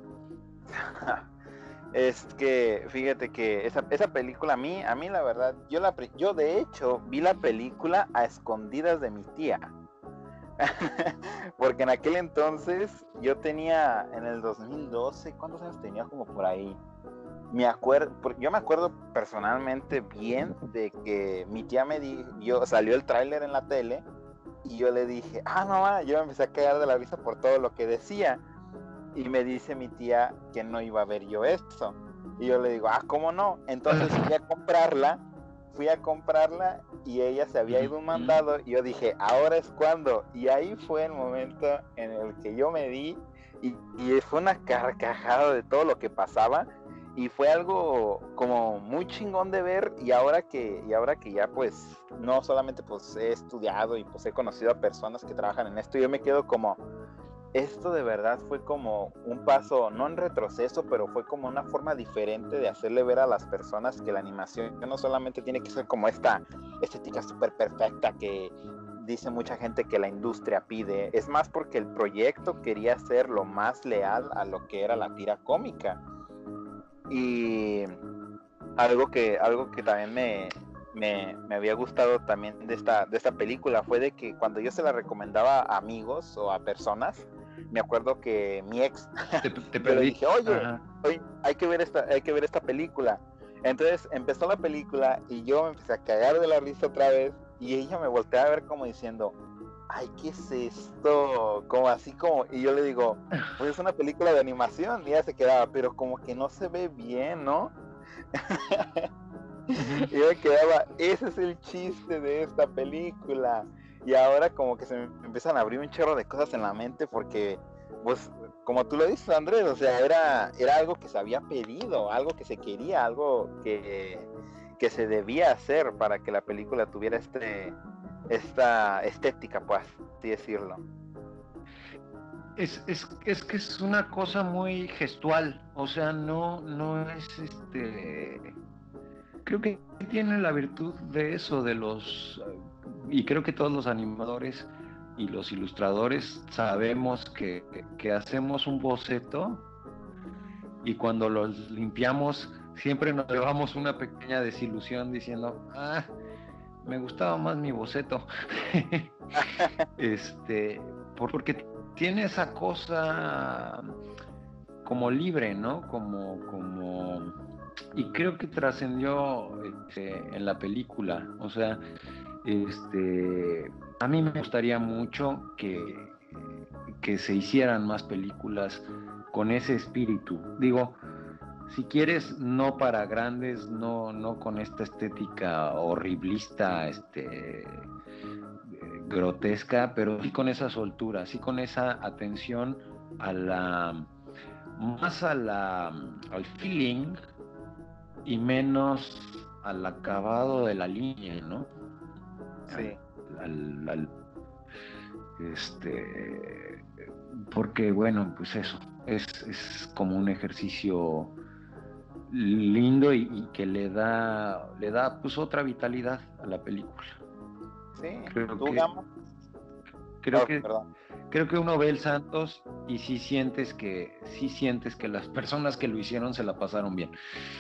Es que, fíjate que esa, esa película a mí, a mí la verdad, yo la yo de hecho vi la película a escondidas de mi tía. Porque en aquel entonces yo tenía, en el dos mil doce, ¿cuántos años tenía? Como por ahí. Me acuerdo, yo me acuerdo personalmente bien de que mi tía me dijo, salió el tráiler en la tele y yo le dije, ah, mamá, yo me empecé a cagar de la risa por todo lo que decía. Y me dice mi tía que no iba a ver yo esto. Y yo le digo, ah, ¿cómo no? Entonces fui a comprarla, fui a comprarla y ella se había ido un mandado y yo dije, ahora es cuando. Y ahí fue el momento en el que yo me di y, y fue una carcajada de todo lo que pasaba y fue algo como muy chingón de ver. Y ahora que, y ahora que ya pues no solamente pues he estudiado y pues he conocido a personas que trabajan en esto, yo me quedo como... Esto de verdad fue como un paso, no en retroceso, pero fue como una forma diferente de hacerle ver a las personas que la animación no solamente tiene que ser como esta estética súper perfecta que dice mucha gente que la industria pide, es más porque el proyecto quería ser lo más leal a lo que era la tira cómica. Y algo que, algo que también me, me, me había gustado también de esta, de esta película fue de que cuando yo se la recomendaba a amigos o a personas, me acuerdo que mi ex te, te yo le dije, oye, oye, hay que ver esta, hay que ver esta película. Entonces empezó la película y yo me empecé a cagar de la risa otra vez y ella me volteó a ver como diciendo, ay, ¿qué es esto? Como así como, y yo le digo, pues es una película de animación, y ella se quedaba, pero como que no se ve bien, ¿no? Y yo me quedaba, ese es el chiste de esta película. Y ahora como que se me empiezan a abrir un chorro de cosas en la mente porque, pues, como tú lo dices, Andrés, o sea, era, era algo que se había pedido, algo que se quería, algo que, que se debía hacer para que la película tuviera este, esta estética, pues, así decirlo. Es, es, es que es una cosa muy gestual, o sea, no, no es este... Creo que tiene la virtud de eso, de los... Y creo que todos los animadores y los ilustradores sabemos que, que hacemos un boceto y cuando los limpiamos siempre nos llevamos una pequeña desilusión diciendo, ah, me gustaba más mi boceto. este, porque tiene esa cosa como libre, ¿no? Como, como, y creo que trascendió este, en la película. O sea, este, a mí me gustaría mucho que, que se hicieran más películas con ese espíritu. Digo, si quieres, no para grandes, no, no con esta estética horriblista, este, grotesca, pero sí con esa soltura, sí con esa atención a la, más a la, al feeling y menos al acabado de la línea, ¿no? Sí. Al, al, al, este, porque bueno, pues eso, es, es como un ejercicio lindo y, y que le da, le da pues otra vitalidad a la película. Sí, creo ¿tú, que, Gama? creo Oh, que perdón. creo que uno ve el Santos y sí sientes que sí sientes que las personas que lo hicieron se la pasaron bien.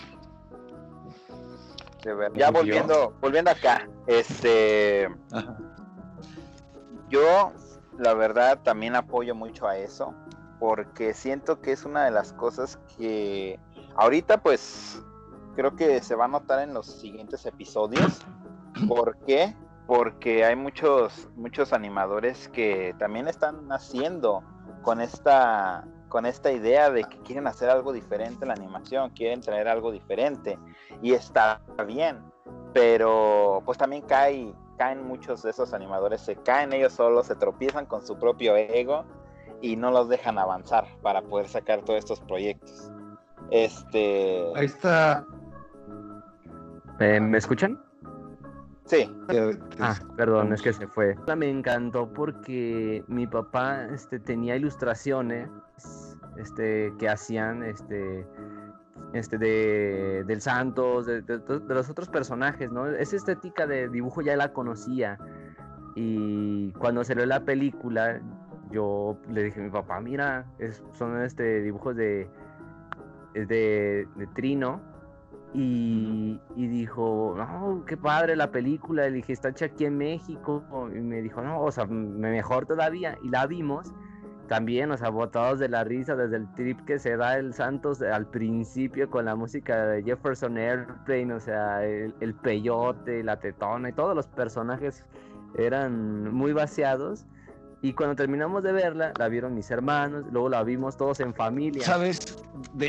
Ya volviendo, volviendo acá, este, Ajá. Yo la verdad también apoyo mucho a eso, porque siento que es una de las cosas que ahorita pues creo que se va a notar en los siguientes episodios. ¿Por qué? Porque hay muchos, muchos animadores que también están haciendo con esta, con esta idea de que quieren hacer algo diferente en la animación, quieren traer algo diferente, y está bien, pero pues también cae, caen muchos de esos animadores, se caen ellos solos, se tropiezan con su propio ego y no los dejan avanzar para poder sacar todos estos proyectos. Este... Ahí está. ¿Eh, ¿Me escuchan? Sí. Ah, perdón, es que se fue. Me encantó porque mi papá este, tenía ilustraciones este, que hacían este, este, de, del Santos, de, de, de los otros personajes, ¿no? Esa estética de dibujo ya la conocía. Y cuando salió la película, yo le dije a mi papá, mira, es, son este, dibujos de, de, de Trino. Y, y dijo, no, qué padre la película. Le dije, está hecha aquí en México. Y me dijo, no, o sea, mejor todavía. Y la vimos también, o sea, botados de la risa desde el trip que se da el Santos al principio con la música de Jefferson Airplane, o sea, el, el peyote, la tetona y todos los personajes eran muy vaciados. Y cuando terminamos de verla, la vieron mis hermanos, luego la vimos todos en familia. ¿Sabes? De...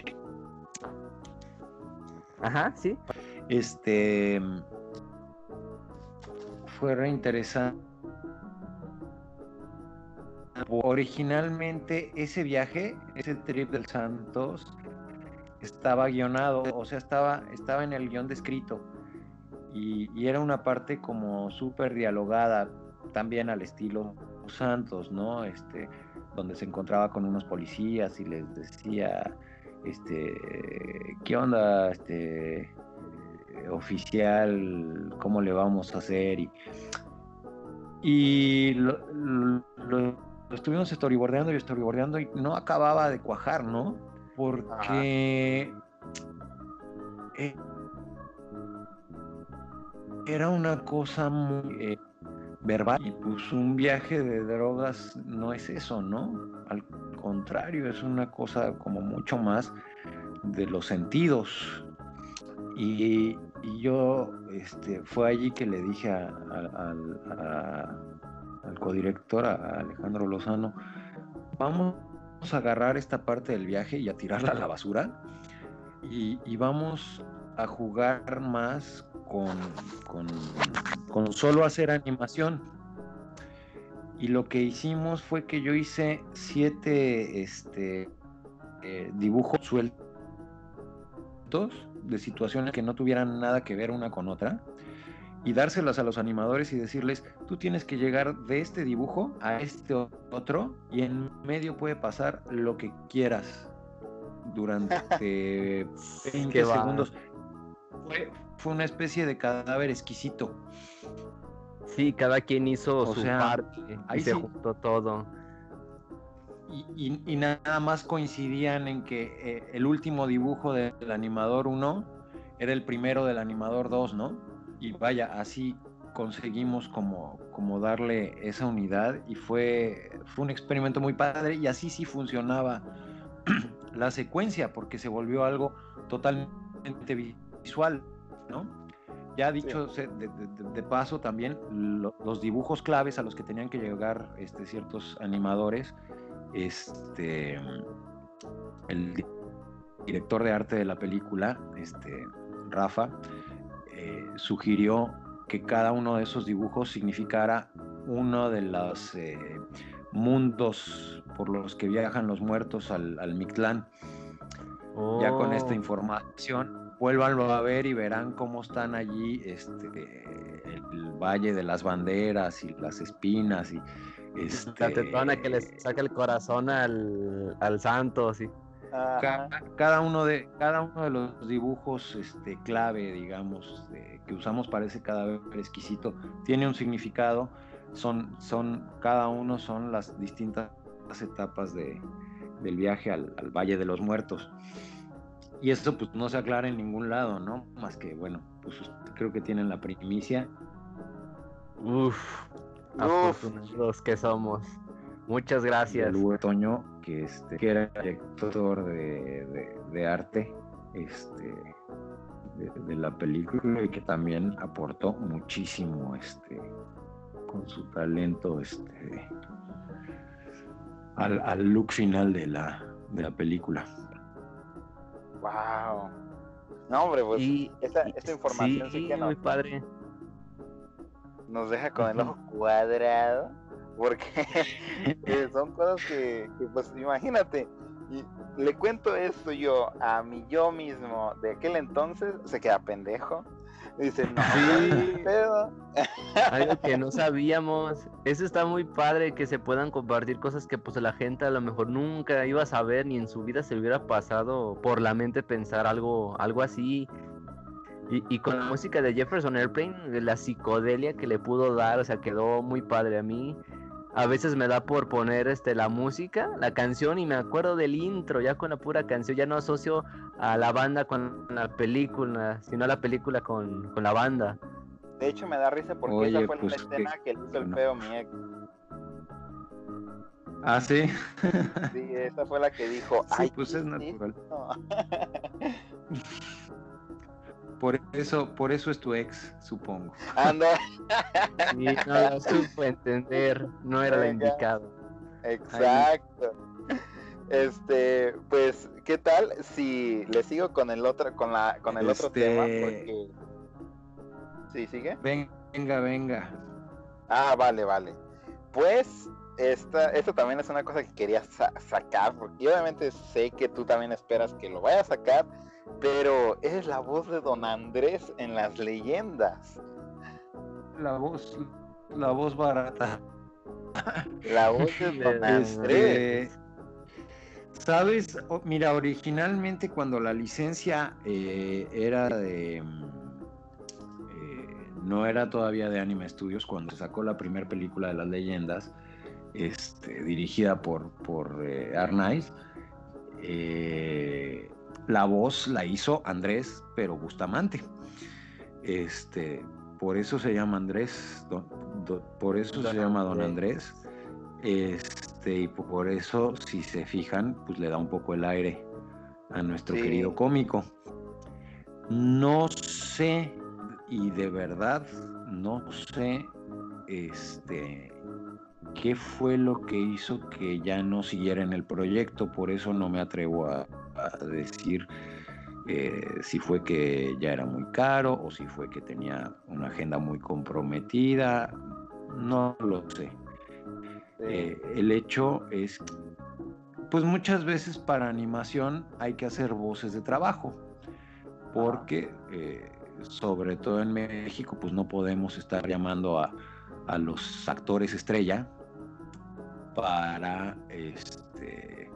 Ajá, sí. Este fue re interesante. Originalmente ese viaje, ese trip del Santos, estaba guionado, o sea, estaba, estaba en el guión descrito. Y, y era una parte como súper dialogada, también al estilo Santos, ¿no? Este, donde se encontraba con unos policías y les decía, este, ¿qué onda, este, oficial? ¿Cómo le vamos a hacer? Y, y lo, lo, lo estuvimos storyboardeando y storyboardeando y no acababa de cuajar, ¿no? Porque eh, era una cosa muy eh, verbal, y pues un viaje de drogas no es eso, ¿no? Al contrario, es una cosa como mucho más de los sentidos. Y, y yo, este, fue allí que le dije a, a, a, a, al codirector, a Alejandro Lozano, vamos a agarrar esta parte del viaje y a tirarla a la basura, y, y vamos a jugar más con, con, con solo hacer animación. Y lo que hicimos fue que yo hice siete este, eh, dibujos sueltos de situaciones que no tuvieran nada que ver una con otra, y dárselas a los animadores y decirles, tú tienes que llegar de este dibujo a este otro, y en medio puede pasar lo que quieras durante veinte segundos. Fue, fue una especie de cadáver exquisito. Sí, cada quien hizo o su sea, parte y se sí. juntó todo. Y, y, y nada más coincidían en que eh, el último dibujo del animador uno era el primero del animador dos, ¿no? Y vaya, así conseguimos como, como darle esa unidad y fue, fue un experimento muy padre y así sí funcionaba la secuencia porque se volvió algo totalmente visual, ¿no? Ya dicho sí. de, de, de paso también lo, los dibujos claves a los que tenían que llegar este, ciertos animadores, este, el director de arte de la película, este, Rafa, eh, sugirió que cada uno de esos dibujos significara uno de los eh, mundos por los que viajan los muertos al, al Mictlán. Oh. Ya con esta información, vuélvanlo a ver y verán cómo están allí este, el Valle de las Banderas y las Espinas y este, la tetona que les saca el corazón al, al santo, sí. Cada, cada uno de cada uno de los dibujos este, clave, digamos, de, que usamos para ese cadáver exquisito, tiene un significado. Son, son, cada uno son las distintas etapas de, del viaje al, al Valle de los Muertos. Y eso pues no se aclara en ningún lado, ¿no? Más que, bueno, pues creo que tienen la primicia. Uf, afortunados que somos. Muchas gracias. Luego Toño, que, este, que era director de, de, de arte este, de, de la película y que también aportó muchísimo este, con su talento este, al, al look final de la, de la película. Wow. No, hombre, pues y, esta, esta información sí, sí que muy nos, padre. Nos deja con el ojo cuadrado. Porque eh, son cosas que, que, pues, imagínate, y le cuento esto yo a mi yo mismo de aquel entonces, se queda pendejo. Dice, no, sí. pedo. Algo que no sabíamos. Eso está muy padre, que se puedan compartir cosas que pues la gente a lo mejor nunca iba a saber, ni en su vida se le hubiera pasado por la mente pensar algo, algo así. Y, y con la música de Jefferson Airplane, la psicodelia que le pudo dar, o sea, quedó muy padre a mí. A veces me da por poner este la música, la canción, y me acuerdo del intro, ya con la pura canción, ya no asocio a la banda con la película, sino a la película con, con la banda. De hecho me da risa porque Oye, esa fue pues, la escena que, que le hizo el feo a mi ex. Ah, ¿sí? Sí, esa fue la que dijo, sí, ay, pues es natural. No. Por eso, por eso es tu ex, supongo. Anda. Sí, no lo supo entender, no era la indicada. Exacto. Ahí. Este, pues, ¿qué tal si le sigo con el otro, con la, con el este... otro tema? Porque... ¿Sí sigue? Venga, venga. Ah, vale, vale. Pues, esta, esto también es una cosa que quería sa- sacar, porque obviamente sé que tú también esperas que lo vaya a sacar. Pero es la voz de Don Andrés en Las Leyendas. La voz, la voz barata. La voz de Don Andrés. Este, ¿sabes? Mira, originalmente cuando la licencia eh, era de... Eh, no era todavía de Anime Studios, cuando se sacó la primera película de Las Leyendas, este, dirigida por, por eh, Arnaiz, eh... la voz la hizo Andrés, pero Bustamante. Este, por eso se llama Andrés, don, don, por eso don se llama Don Andrés. Este, y por eso, si se fijan, pues le da un poco el aire a nuestro sí. querido cómico. No sé, y de verdad, no sé, este, qué fue lo que hizo que ya no siguiera en el proyecto, por eso no me atrevo a a decir eh, si fue que ya era muy caro o si fue que tenía una agenda muy comprometida, no lo sé. Eh, el hecho es, pues muchas veces para animación hay que hacer voces de trabajo, porque eh, sobre todo en México, pues no podemos estar llamando a, a los actores estrella para este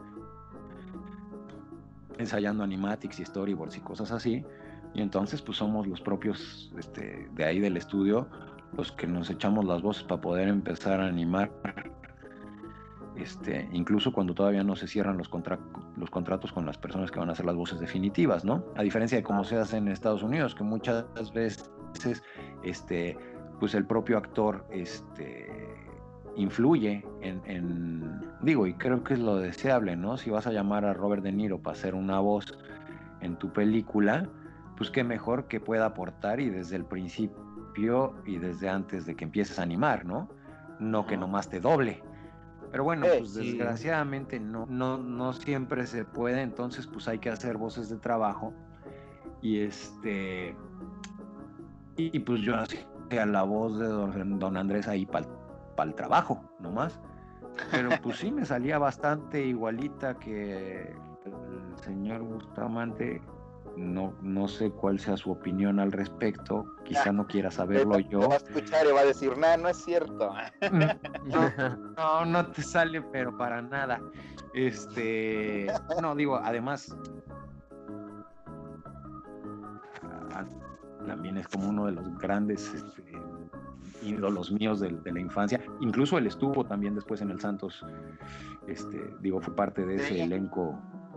ensayando animatics y storyboards y cosas así, y entonces pues somos los propios este, de ahí del estudio los que nos echamos las voces para poder empezar a animar, este, incluso cuando todavía no se cierran los, contra- los contratos con las personas que van a hacer las voces definitivas, ¿no? A diferencia de cómo se hace en Estados Unidos, que muchas veces este, pues el propio actor este, influye en, en, digo, y creo que es lo deseable, ¿no? Si vas a llamar a Robert De Niro para hacer una voz en tu película, pues qué mejor que pueda aportar y desde el principio y desde antes de que empieces a animar, ¿no? No que nomás te doble. Pero bueno, pues sí. desgraciadamente no, no, no siempre se puede, entonces pues hay que hacer voces de trabajo. Y este y, y pues yo hacía la voz de don, don Andrés ahí para pa el trabajo, nomás. Pero pues sí me salía bastante igualita que el señor Bustamante. No, no sé cuál sea su opinión al respecto, quizá no quiera saberlo yo. Va a escuchar y va a decir, no, no es cierto. No, no, no te sale, pero para nada. Este, no, digo, además, también es como uno de los grandes este, ídolos míos de, de la infancia. Incluso él estuvo también después en el Santos, este, digo, fue parte de ese sí. elenco.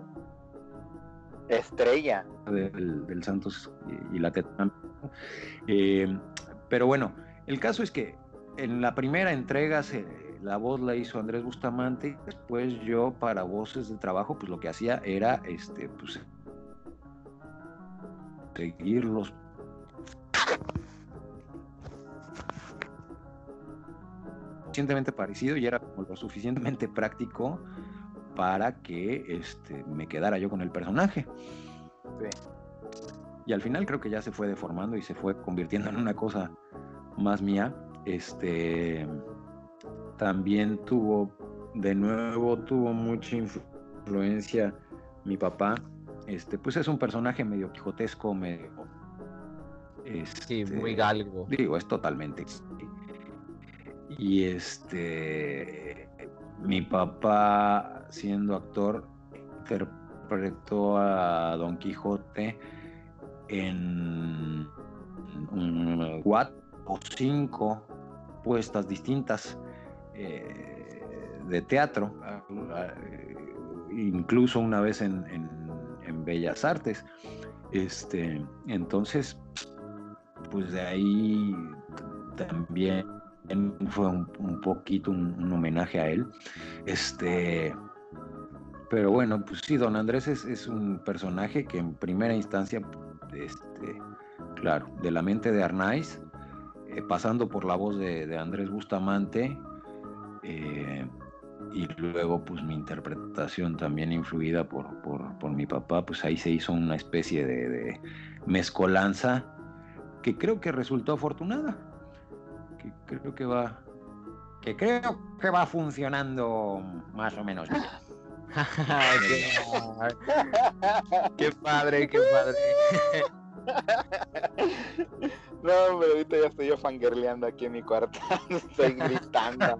Estrella del, del Santos y, y la Teta. Eh, pero bueno, el caso es que en la primera entrega se, la voz la hizo Andrés Bustamante y después yo para voces de trabajo pues lo que hacía era este pues seguirlos suficientemente parecido y era como lo suficientemente práctico para que este, me quedara yo con el personaje. sí. Y al final creo que ya se fue deformando y se fue convirtiendo en una cosa más mía. Este, también tuvo, de nuevo, tuvo mucha influencia mi papá. Este, pues es un personaje medio quijotesco, medio... Sí, Este, muy galgo. Digo, es totalmente... Y este... Mi papá, siendo actor, interpretó a Don Quijote en um, cuatro o cinco puestas distintas eh, de teatro, incluso una vez en, en, en Bellas Artes. Este, entonces, pues de ahí también fue un, un poquito un, un homenaje a él. Este, pero bueno, pues sí, don Andrés es, es un personaje que en primera instancia, este, claro, de la mente de Arnaiz, eh, pasando por la voz de, de Andrés Bustamante, eh, y luego pues mi interpretación también influida por, por, por mi papá, pues ahí se hizo una especie de, de mezcolanza que creo que resultó afortunada. Que creo que va que creo que va funcionando más o menos bien. Qué padre, qué padre. No, hombre, ahorita ya estoy yo fangirleando aquí en mi cuarto. Estoy gritando.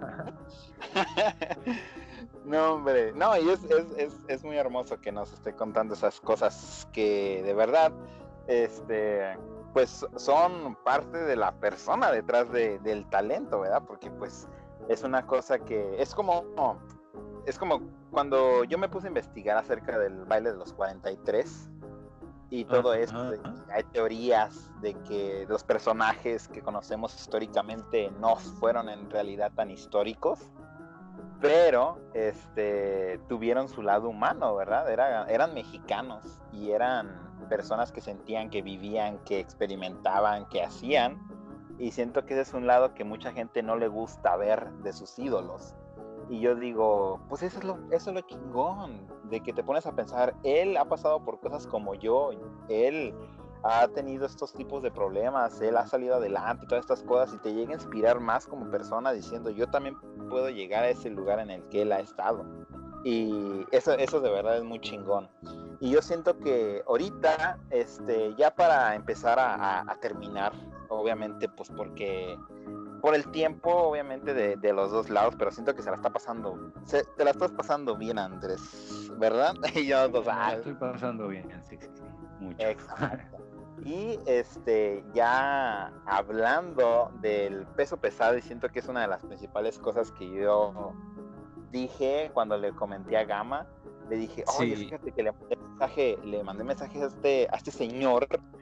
No, hombre, no, y es, es, es, es muy hermoso que nos esté contando esas cosas que de verdad, este, pues son parte de la persona detrás de, del talento, ¿verdad? Porque pues es una cosa que es como, es como cuando yo me puse a investigar acerca del baile de los cuarenta y tres y todo uh-huh. esto, de que hay teorías de que los personajes que conocemos históricamente no fueron en realidad tan históricos, pero este, tuvieron su lado humano, ¿verdad? Era, eran mexicanos y eran personas que sentían, que vivían, que experimentaban, que hacían, y siento que ese es un lado que mucha gente no le gusta ver de sus ídolos. Y yo digo, pues eso es lo, eso es lo chingón, de que te pones a pensar, él ha pasado por cosas como yo, él ha tenido estos tipos de problemas, él ha salido adelante y todas estas cosas, y te llega a inspirar más como persona diciendo, yo también puedo llegar a ese lugar en el que él ha estado. Y eso, eso de verdad es muy chingón. Y yo siento que ahorita, este, ya para empezar a, a, a terminar, obviamente, pues porque por el tiempo, obviamente, de, de los dos lados, pero siento que se la está pasando, se, te la estás pasando bien, Andrés, ¿verdad? Y yo, pues, ah, estoy pasando bien, sí, sí, sí, mucho. Exacto. Y este, ya hablando del peso pesado, y siento que es una de las principales cosas que yo dije cuando le comenté a Gama, le dije, oye, sí. Fíjate que le mandé mensaje, le mandé mensaje a este, a este señor,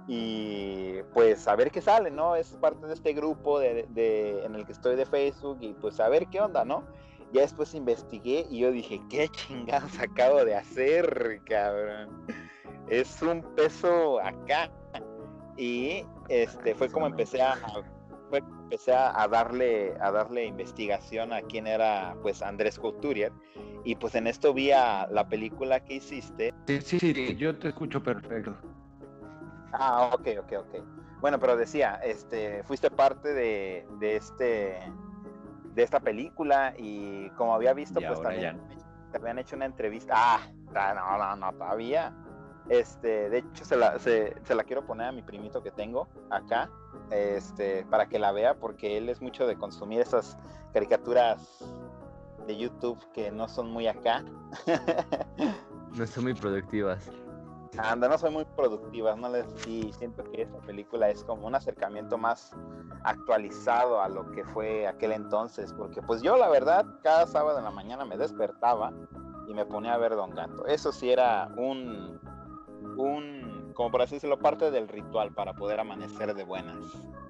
y pues a ver qué sale, ¿no? Es parte de este grupo de, de, en el que estoy de Facebook y pues a ver qué onda, ¿no? Ya después investigué y yo dije, ¿qué chingados acabo de hacer, cabrón? Es un peso acá. Y este fue como empecé a, fue, empecé a darle a darle investigación a quién era pues Andrés Couturier, y pues en esto vi a la película que hiciste. Sí, sí, sí, yo te escucho perfecto. Ah, ok, ok, ok. Bueno, pero decía, este, fuiste parte de, de este de esta película, y como había visto, y pues también ya. te habían hecho una entrevista. Ah, no, no, no, todavía. Este, de hecho se la, se, se la quiero poner a mi primito que tengo acá, este, para que la vea, porque él es mucho de consumir esas caricaturas de YouTube que no son muy acá. No son muy productivas. Anda, no son muy productivas, no les, y siento que esta película es como un acercamiento más actualizado a lo que fue aquel entonces, porque pues yo la verdad cada sábado en la mañana me despertaba y me ponía a ver Don Gato. Eso sí era un un, como por así decirlo, parte del ritual para poder amanecer de buenas.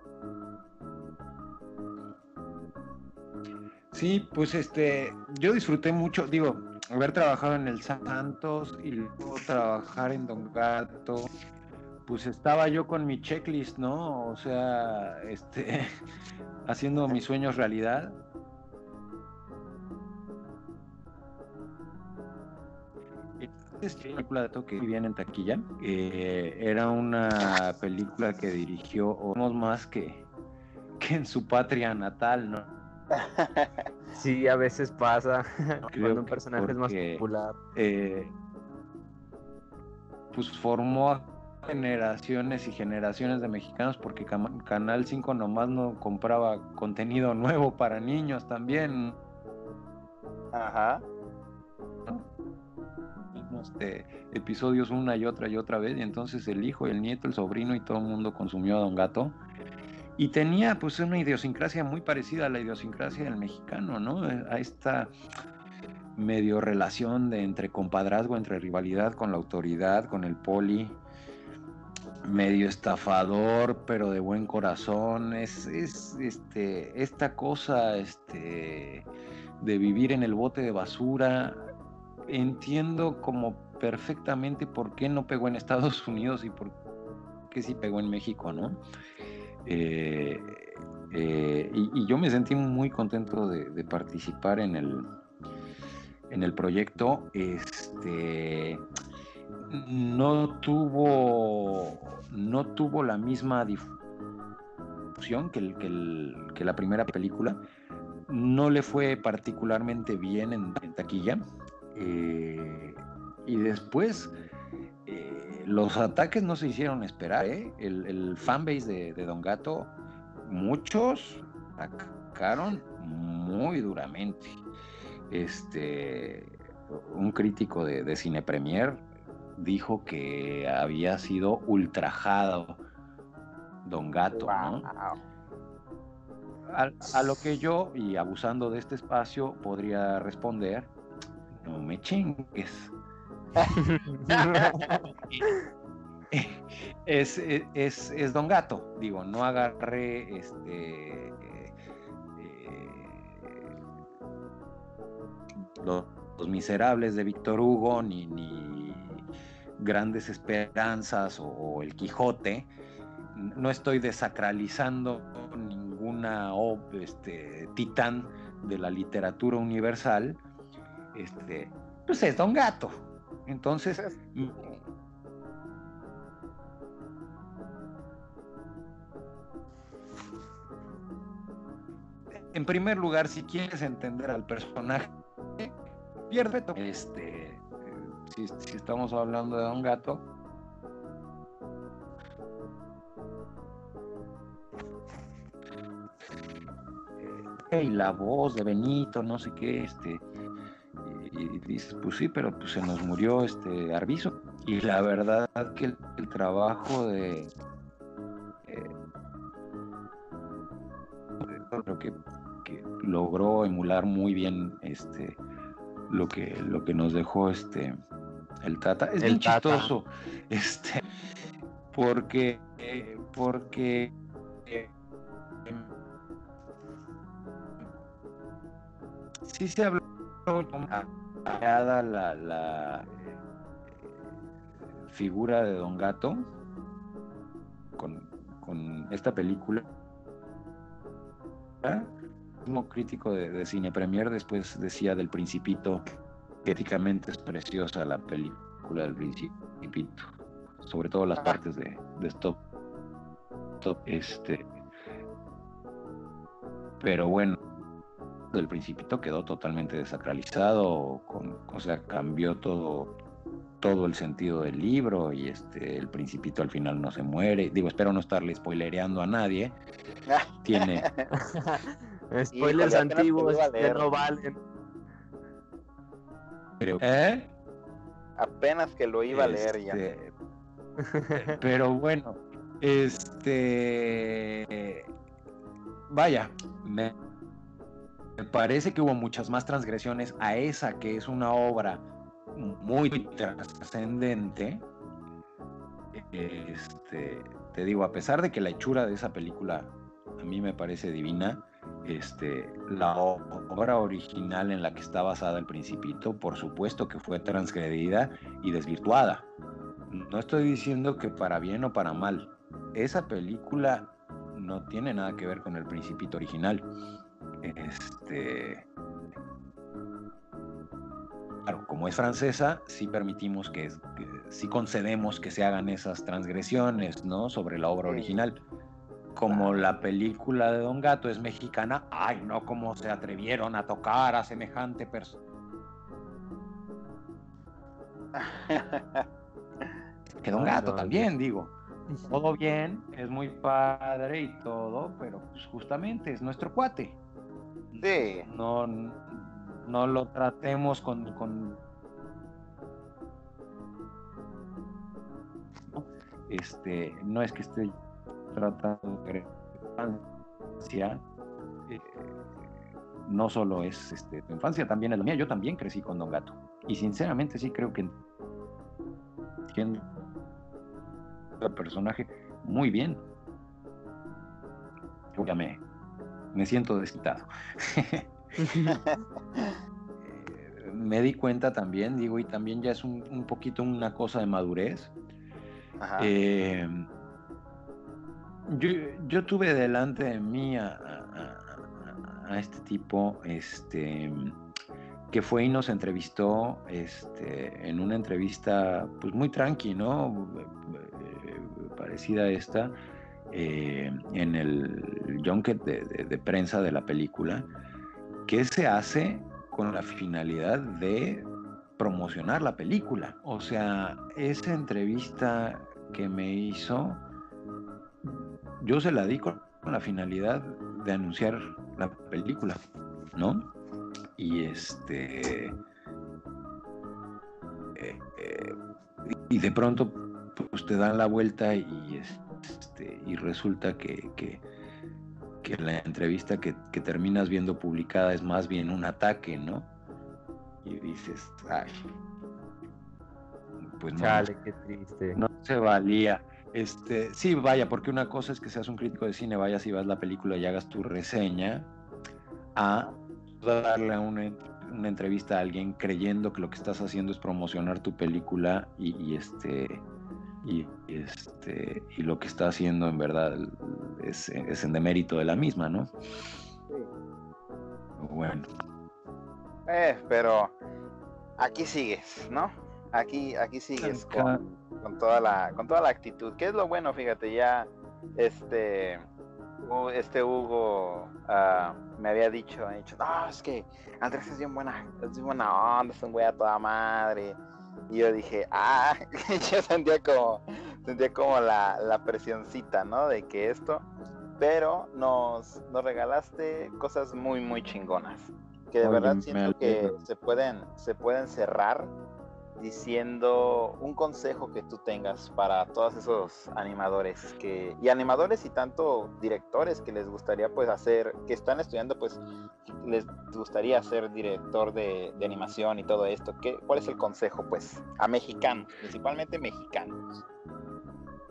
Sí, pues este, yo disfruté mucho, digo, haber trabajado en el Santos y luego trabajar en Don Gato, pues estaba yo con mi checklist, ¿no? O sea, este, haciendo mis sueños realidad. Esta película de toque bien en taquilla, eh, era una película que dirigió o más que, que en su patria natal, ¿no? Sí, a veces pasa. Creo cuando un personaje porque, es más popular. Eh, pues formó a generaciones y generaciones de mexicanos, porque Canal cinco nomás no compraba contenido nuevo para niños también. Ajá. Este, episodios una y otra y otra vez, y entonces el hijo, el nieto, el sobrino y todo el mundo consumió a Don Gato, y tenía pues una idiosincrasia muy parecida a la idiosincrasia del mexicano, ¿no? A esta medio relación de entre compadrazgo, entre rivalidad con la autoridad, con el poli, medio estafador pero de buen corazón. Es, es este, esta cosa este, de vivir en el bote de basura. Entiendo como perfectamente por qué no pegó en Estados Unidos y por qué sí pegó en México, ¿no? Eh, eh, y, y yo me sentí muy contento de, de participar en el, en el proyecto. Este, no tuvo, no tuvo la misma difusión que, el, que, el, que la primera película. No le fue particularmente bien en, en taquilla. Eh, y después eh, los ataques no se hicieron esperar, ¿eh? el, el fanbase de, de Don Gato, muchos atacaron muy duramente. Este, un crítico de, de Cine Premier dijo que había sido ultrajado Don Gato, ¿no? A, a lo que yo, y abusando de este espacio, podría responder: no me chingues. es, es, es Don Gato, digo, no agarré este eh, eh, los, los Miserables de Víctor Hugo, ni, ni Grandes Esperanzas o, o El Quijote. No estoy desacralizando ninguna este, titán de la literatura universal. Este, pues es Don Gato. Entonces, en primer lugar, si quieres entender al personaje, pierde este, si, si estamos hablando de Don Gato, y la voz de Benito, no sé qué, este, y, y dices, pues sí, pero pues se nos murió este Arvizo. Y la verdad que el, el trabajo de, eh, creo que, que logró emular muy bien este lo que lo que nos dejó este el Tata. Es el bien Tata. chistoso. Este porque, eh, porque eh, sí se habló la, la, la figura de Don Gato con, con esta película. Como crítico de, de Cine Premier después decía del Principito que éticamente es preciosa la película del Principito, sobre todo las partes de, de stop, stop este pero bueno, el Principito quedó totalmente desacralizado, con, o sea, cambió todo todo el sentido del libro, y este el Principito al final no se muere. Digo, espero no estarle spoilereando a nadie. Tiene spoilers antiguos que no valen. Pero, ¿eh? Apenas que lo iba este, a leer ya. Pero bueno, este vaya, me, me parece que hubo muchas más transgresiones a esa, que es una obra muy trascendente. Este, te digo, a pesar de que la hechura de esa película a mí me parece divina, este, la obra original en la que está basada El Principito, por supuesto que fue transgredida y desvirtuada. No estoy diciendo que para bien o para mal. Esa película no tiene nada que ver con El Principito original. Este, claro, como es francesa, sí permitimos que, que sí concedemos que se hagan esas transgresiones, ¿no?, sobre la obra original. Como la película de Don Gato es mexicana, ay, no, cómo se atrevieron a tocar a semejante persona. Que Don Gato no, también, no. digo, todo bien, es muy padre y todo, pero pues justamente es nuestro cuate. Sí. No, no lo tratemos con, con este, no es que esté tratando de infancia, eh, no solo es este, tu infancia, también es la mía. Yo también crecí con Don Gato y sinceramente sí creo que entiendo el personaje muy bien. Ya me, me siento desquitado. Me di cuenta también, digo, y también ya es un, un poquito una cosa de madurez. Ajá. Eh, Yo, yo tuve delante de mí a, a, a este tipo, este, que fue y nos entrevistó, este, en una entrevista, pues muy tranqui, ¿no? Parecida a esta, eh, en el junket de, de, de prensa de la película, que se hace con la finalidad de promocionar la película. O sea, esa entrevista que me hizo, yo se la di con la finalidad de anunciar la película, ¿no? Y este eh, eh, y de pronto pues te dan la vuelta y este y resulta que, que, que la entrevista que, que terminas viendo publicada es más bien un ataque, ¿no? Y dices, ay, pues no, chale, qué triste. No se valía. Este, sí, vaya, porque una cosa es que seas un crítico de cine, vayas y vas la película y hagas tu reseña, a darle una, una entrevista a alguien creyendo que lo que estás haciendo es promocionar tu película y, y este y este y lo que está haciendo en verdad es, es en demérito de la misma, ¿no? Sí. Bueno. Eh, pero aquí sigues, ¿no? Aquí, aquí sigues con, con toda la, con toda la actitud, que es lo bueno, fíjate, ya este, este Hugo uh, me había dicho, ha dicho, no, es que Andrés es bien buena, es bien buena onda, es un güey a toda madre. Y yo dije, ah, yo sentía como, sentía como la, la presioncita, ¿no? De que esto, pero nos, nos regalaste cosas muy, muy chingonas, que de Oye, verdad siento que se pueden, se pueden cerrar diciendo un consejo que tú tengas para todos esos animadores que y animadores y tanto directores que les gustaría pues hacer, que están estudiando pues les gustaría ser director de, de animación y todo esto. ¿Qué, ¿Cuál es el consejo pues a mexicanos, principalmente mexicanos?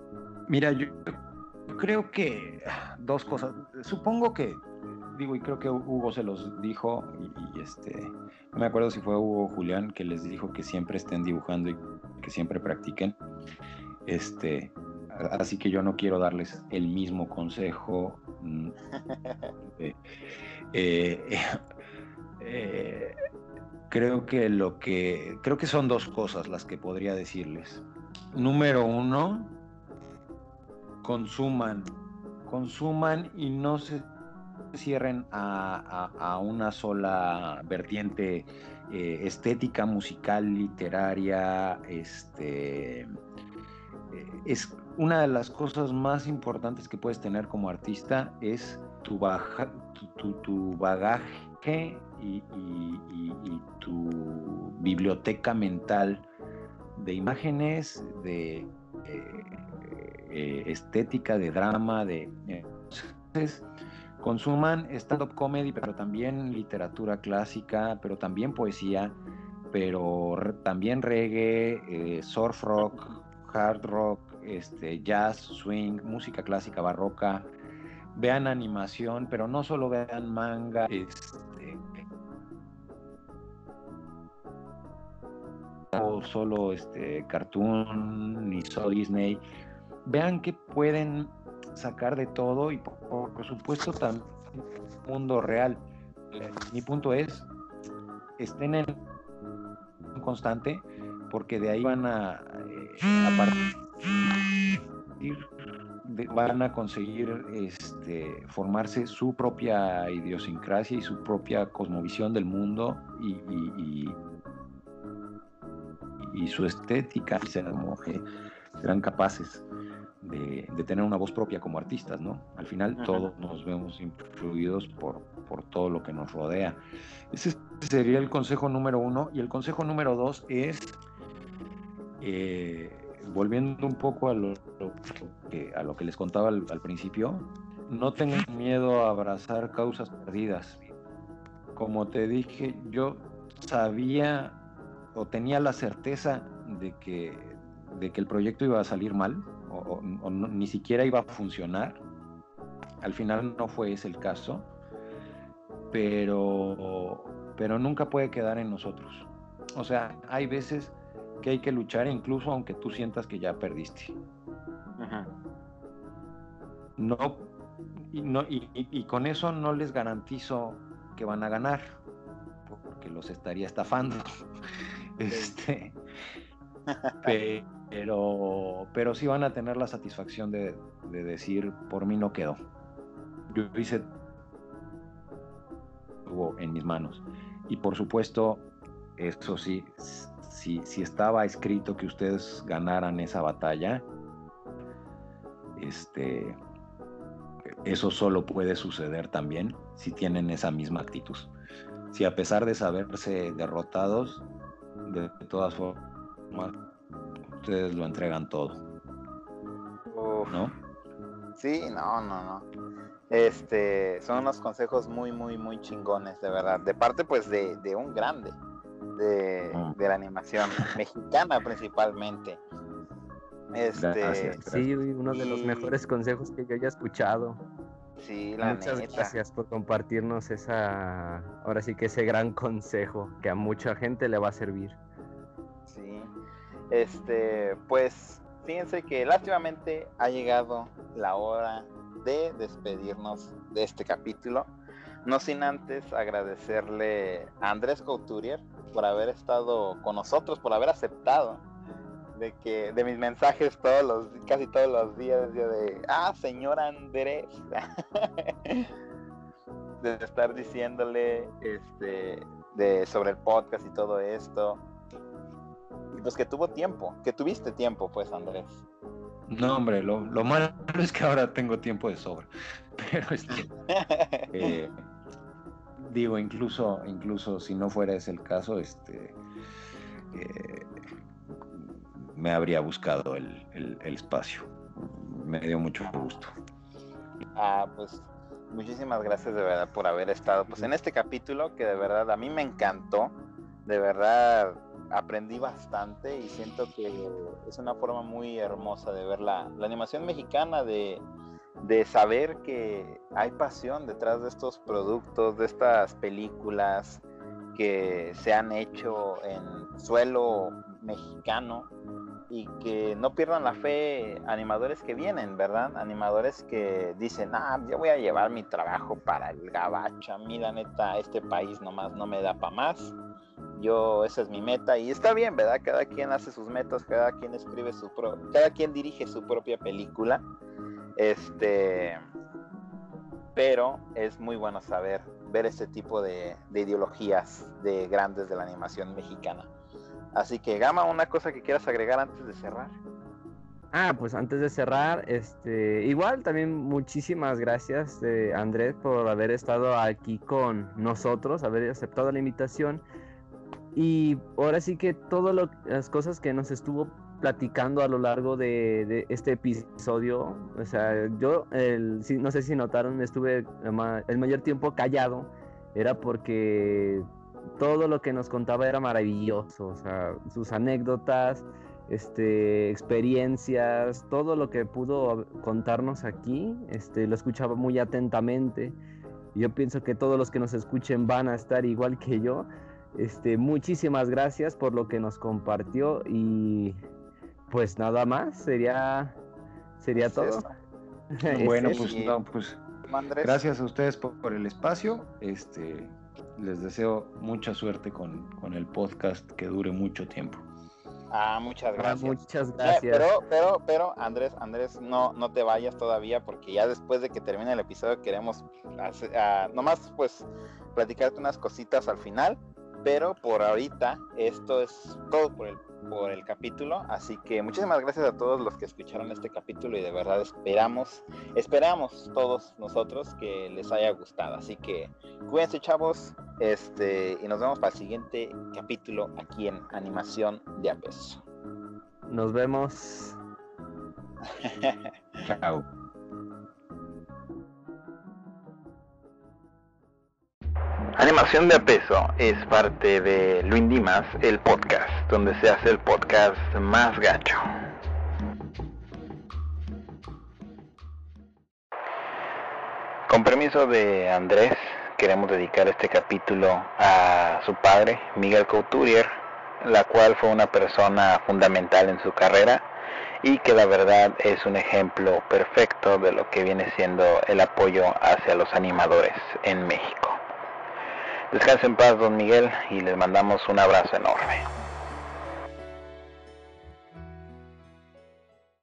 Mira, yo, yo creo que dos cosas. Supongo que, digo, y creo que Hugo se los dijo, y, y este, no me acuerdo si fue Hugo o Julián, que les dijo que siempre estén dibujando y que siempre practiquen. Este, así que yo no quiero darles el mismo consejo. Eh, eh, eh, creo que lo que creo que son dos cosas las que podría decirles. Número uno, consuman, consuman y no se cierren a, a, a una sola vertiente eh, estética, musical, literaria. Este, eh, es una de las cosas más importantes que puedes tener como artista es tu, baja, tu, tu, tu bagaje y, y, y, y tu biblioteca mental de imágenes, de eh, eh, estética, de drama, de eh, entonces, consuman stand-up comedy, pero también literatura clásica, pero también poesía, pero re- también reggae, eh, surf rock, hard rock, este, jazz, swing, música clásica, barroca. Vean animación, pero no solo vean manga, este, o solo este, cartoon, ni solo Disney. Vean que pueden sacar de todo y por, por supuesto también mundo real. Eh, mi punto es, estén en constante, porque de ahí van a, eh, a partir de, van a conseguir este, formarse su propia idiosincrasia y su propia cosmovisión del mundo y, y, y, y su estética, y serán, serán capaces de, de tener una voz propia como artistas, ¿no? Al final uh-huh. todos nos vemos influidos por, por todo lo que nos rodea. Ese sería el consejo número uno. Y el consejo número dos es, eh, volviendo un poco a lo, lo que, a lo que les contaba al, al principio, no tengan miedo a abrazar causas perdidas. Como te dije, yo sabía o tenía la certeza de que, de que el proyecto iba a salir mal, o, o, o no, ni siquiera iba a funcionar. Al final no fue ese el caso, pero, pero nunca puede quedar en nosotros. O sea, hay veces que hay que luchar incluso aunque tú sientas que ya perdiste. Ajá. No, y, no y, y, y con eso no les garantizo que van a ganar, porque los estaría estafando. Este, pero, pero sí van a tener la satisfacción de, de decir, por mí no quedó. Yo hice en mis manos. Y por supuesto, eso sí, si, si estaba escrito que ustedes ganaran esa batalla, este, eso solo puede suceder también si tienen esa misma actitud. Si a pesar de saberse derrotados, de, de todas formas, ustedes lo entregan todo. Uf. ¿No? Sí, no, no, no. Este, son unos consejos muy, muy, muy chingones, de verdad. De parte, pues, de, de un grande de, mm. de la animación mexicana, principalmente. Este, gracias, gracias. Sí, uno de los mejores consejos que yo haya escuchado. Sí, la Muchas neta. gracias por compartirnos esa, ahora sí que ese gran consejo que a mucha gente le va a servir. Sí, este, pues, fíjense que lástimamente ha llegado la hora de despedirnos de este capítulo, no sin antes agradecerle a Andrés Couturier por haber estado con nosotros, por haber aceptado de que de mis mensajes todos los casi todos los días de ah señor Andrés de estar diciéndole este de sobre el podcast y todo esto, y pues que tuvo tiempo, que tuviste tiempo, pues, Andrés. No, hombre, lo, lo malo es que ahora tengo tiempo de sobra. Pero este, eh, digo, incluso, incluso si no fuera ese el caso, este, eh, me habría buscado el, el, el espacio. Me dio mucho gusto. Ah, pues, muchísimas gracias de verdad por haber estado, pues, en este capítulo que de verdad a mí me encantó. De verdad, aprendí bastante y siento que es una forma muy hermosa de ver la, la animación mexicana, de, de saber que hay pasión detrás de estos productos, de estas películas que se han hecho en suelo mexicano, y que no pierdan la fe animadores que vienen, ¿verdad? Animadores que dicen, ah, yo voy a llevar mi trabajo para el gabacho, a mí la neta, este país nomás no me da para más, yo, esa es mi meta, y está bien, ¿verdad? Cada quien hace sus metas, cada quien escribe su pro, cada quien dirige su propia película, este, pero es muy bueno saber, ver este tipo de, de ideologías de grandes de la animación mexicana. Así que, Gama, una cosa que quieras agregar antes de cerrar. Ah, pues antes de cerrar, este, igual también muchísimas gracias, eh, Andrés, por haber estado aquí con nosotros, haber aceptado la invitación. Y ahora sí que todas las cosas que nos estuvo platicando a lo largo de, de este episodio, o sea, yo, el, no sé si notaron, estuve el mayor tiempo callado, era porque todo lo que nos contaba era maravilloso, o sea, sus anécdotas, este, experiencias, todo lo que pudo contarnos aquí, este, lo escuchaba muy atentamente. Yo pienso que todos los que nos escuchen van a estar igual que yo. Este, muchísimas gracias por lo que nos compartió y pues nada más, sería sería ¿Es todo. eso? Bueno, Es pues, y- no, pues Andrés. gracias a ustedes por, por el espacio. Este, les deseo mucha suerte con, con el podcast, que dure mucho tiempo. Ah, muchas Ah, gracias. muchas Eh, gracias. pero, pero, pero, Andrés, Andrés, no, no te vayas todavía, porque ya después de que termine el episodio queremos hacer, ah, nomás pues platicarte unas cositas al final, pero por ahorita esto es todo por el, por el capítulo, así que muchísimas gracias a todos los que escucharon este capítulo y de verdad esperamos, esperamos todos nosotros que les haya gustado, así que cuídense, chavos, este, y nos vemos para el siguiente capítulo aquí en Animación de a Peso. Nos vemos. Chao. Animación de a peso es parte de Luindimas, el podcast, donde se hace el podcast más gacho. Con permiso de Andrés, queremos dedicar este capítulo a su padre, Miguel Couturier, la cual fue una persona fundamental en su carrera y que la verdad es un ejemplo perfecto de lo que viene siendo el apoyo hacia los animadores en México. Descanse en paz, don Miguel, y les mandamos un abrazo enorme.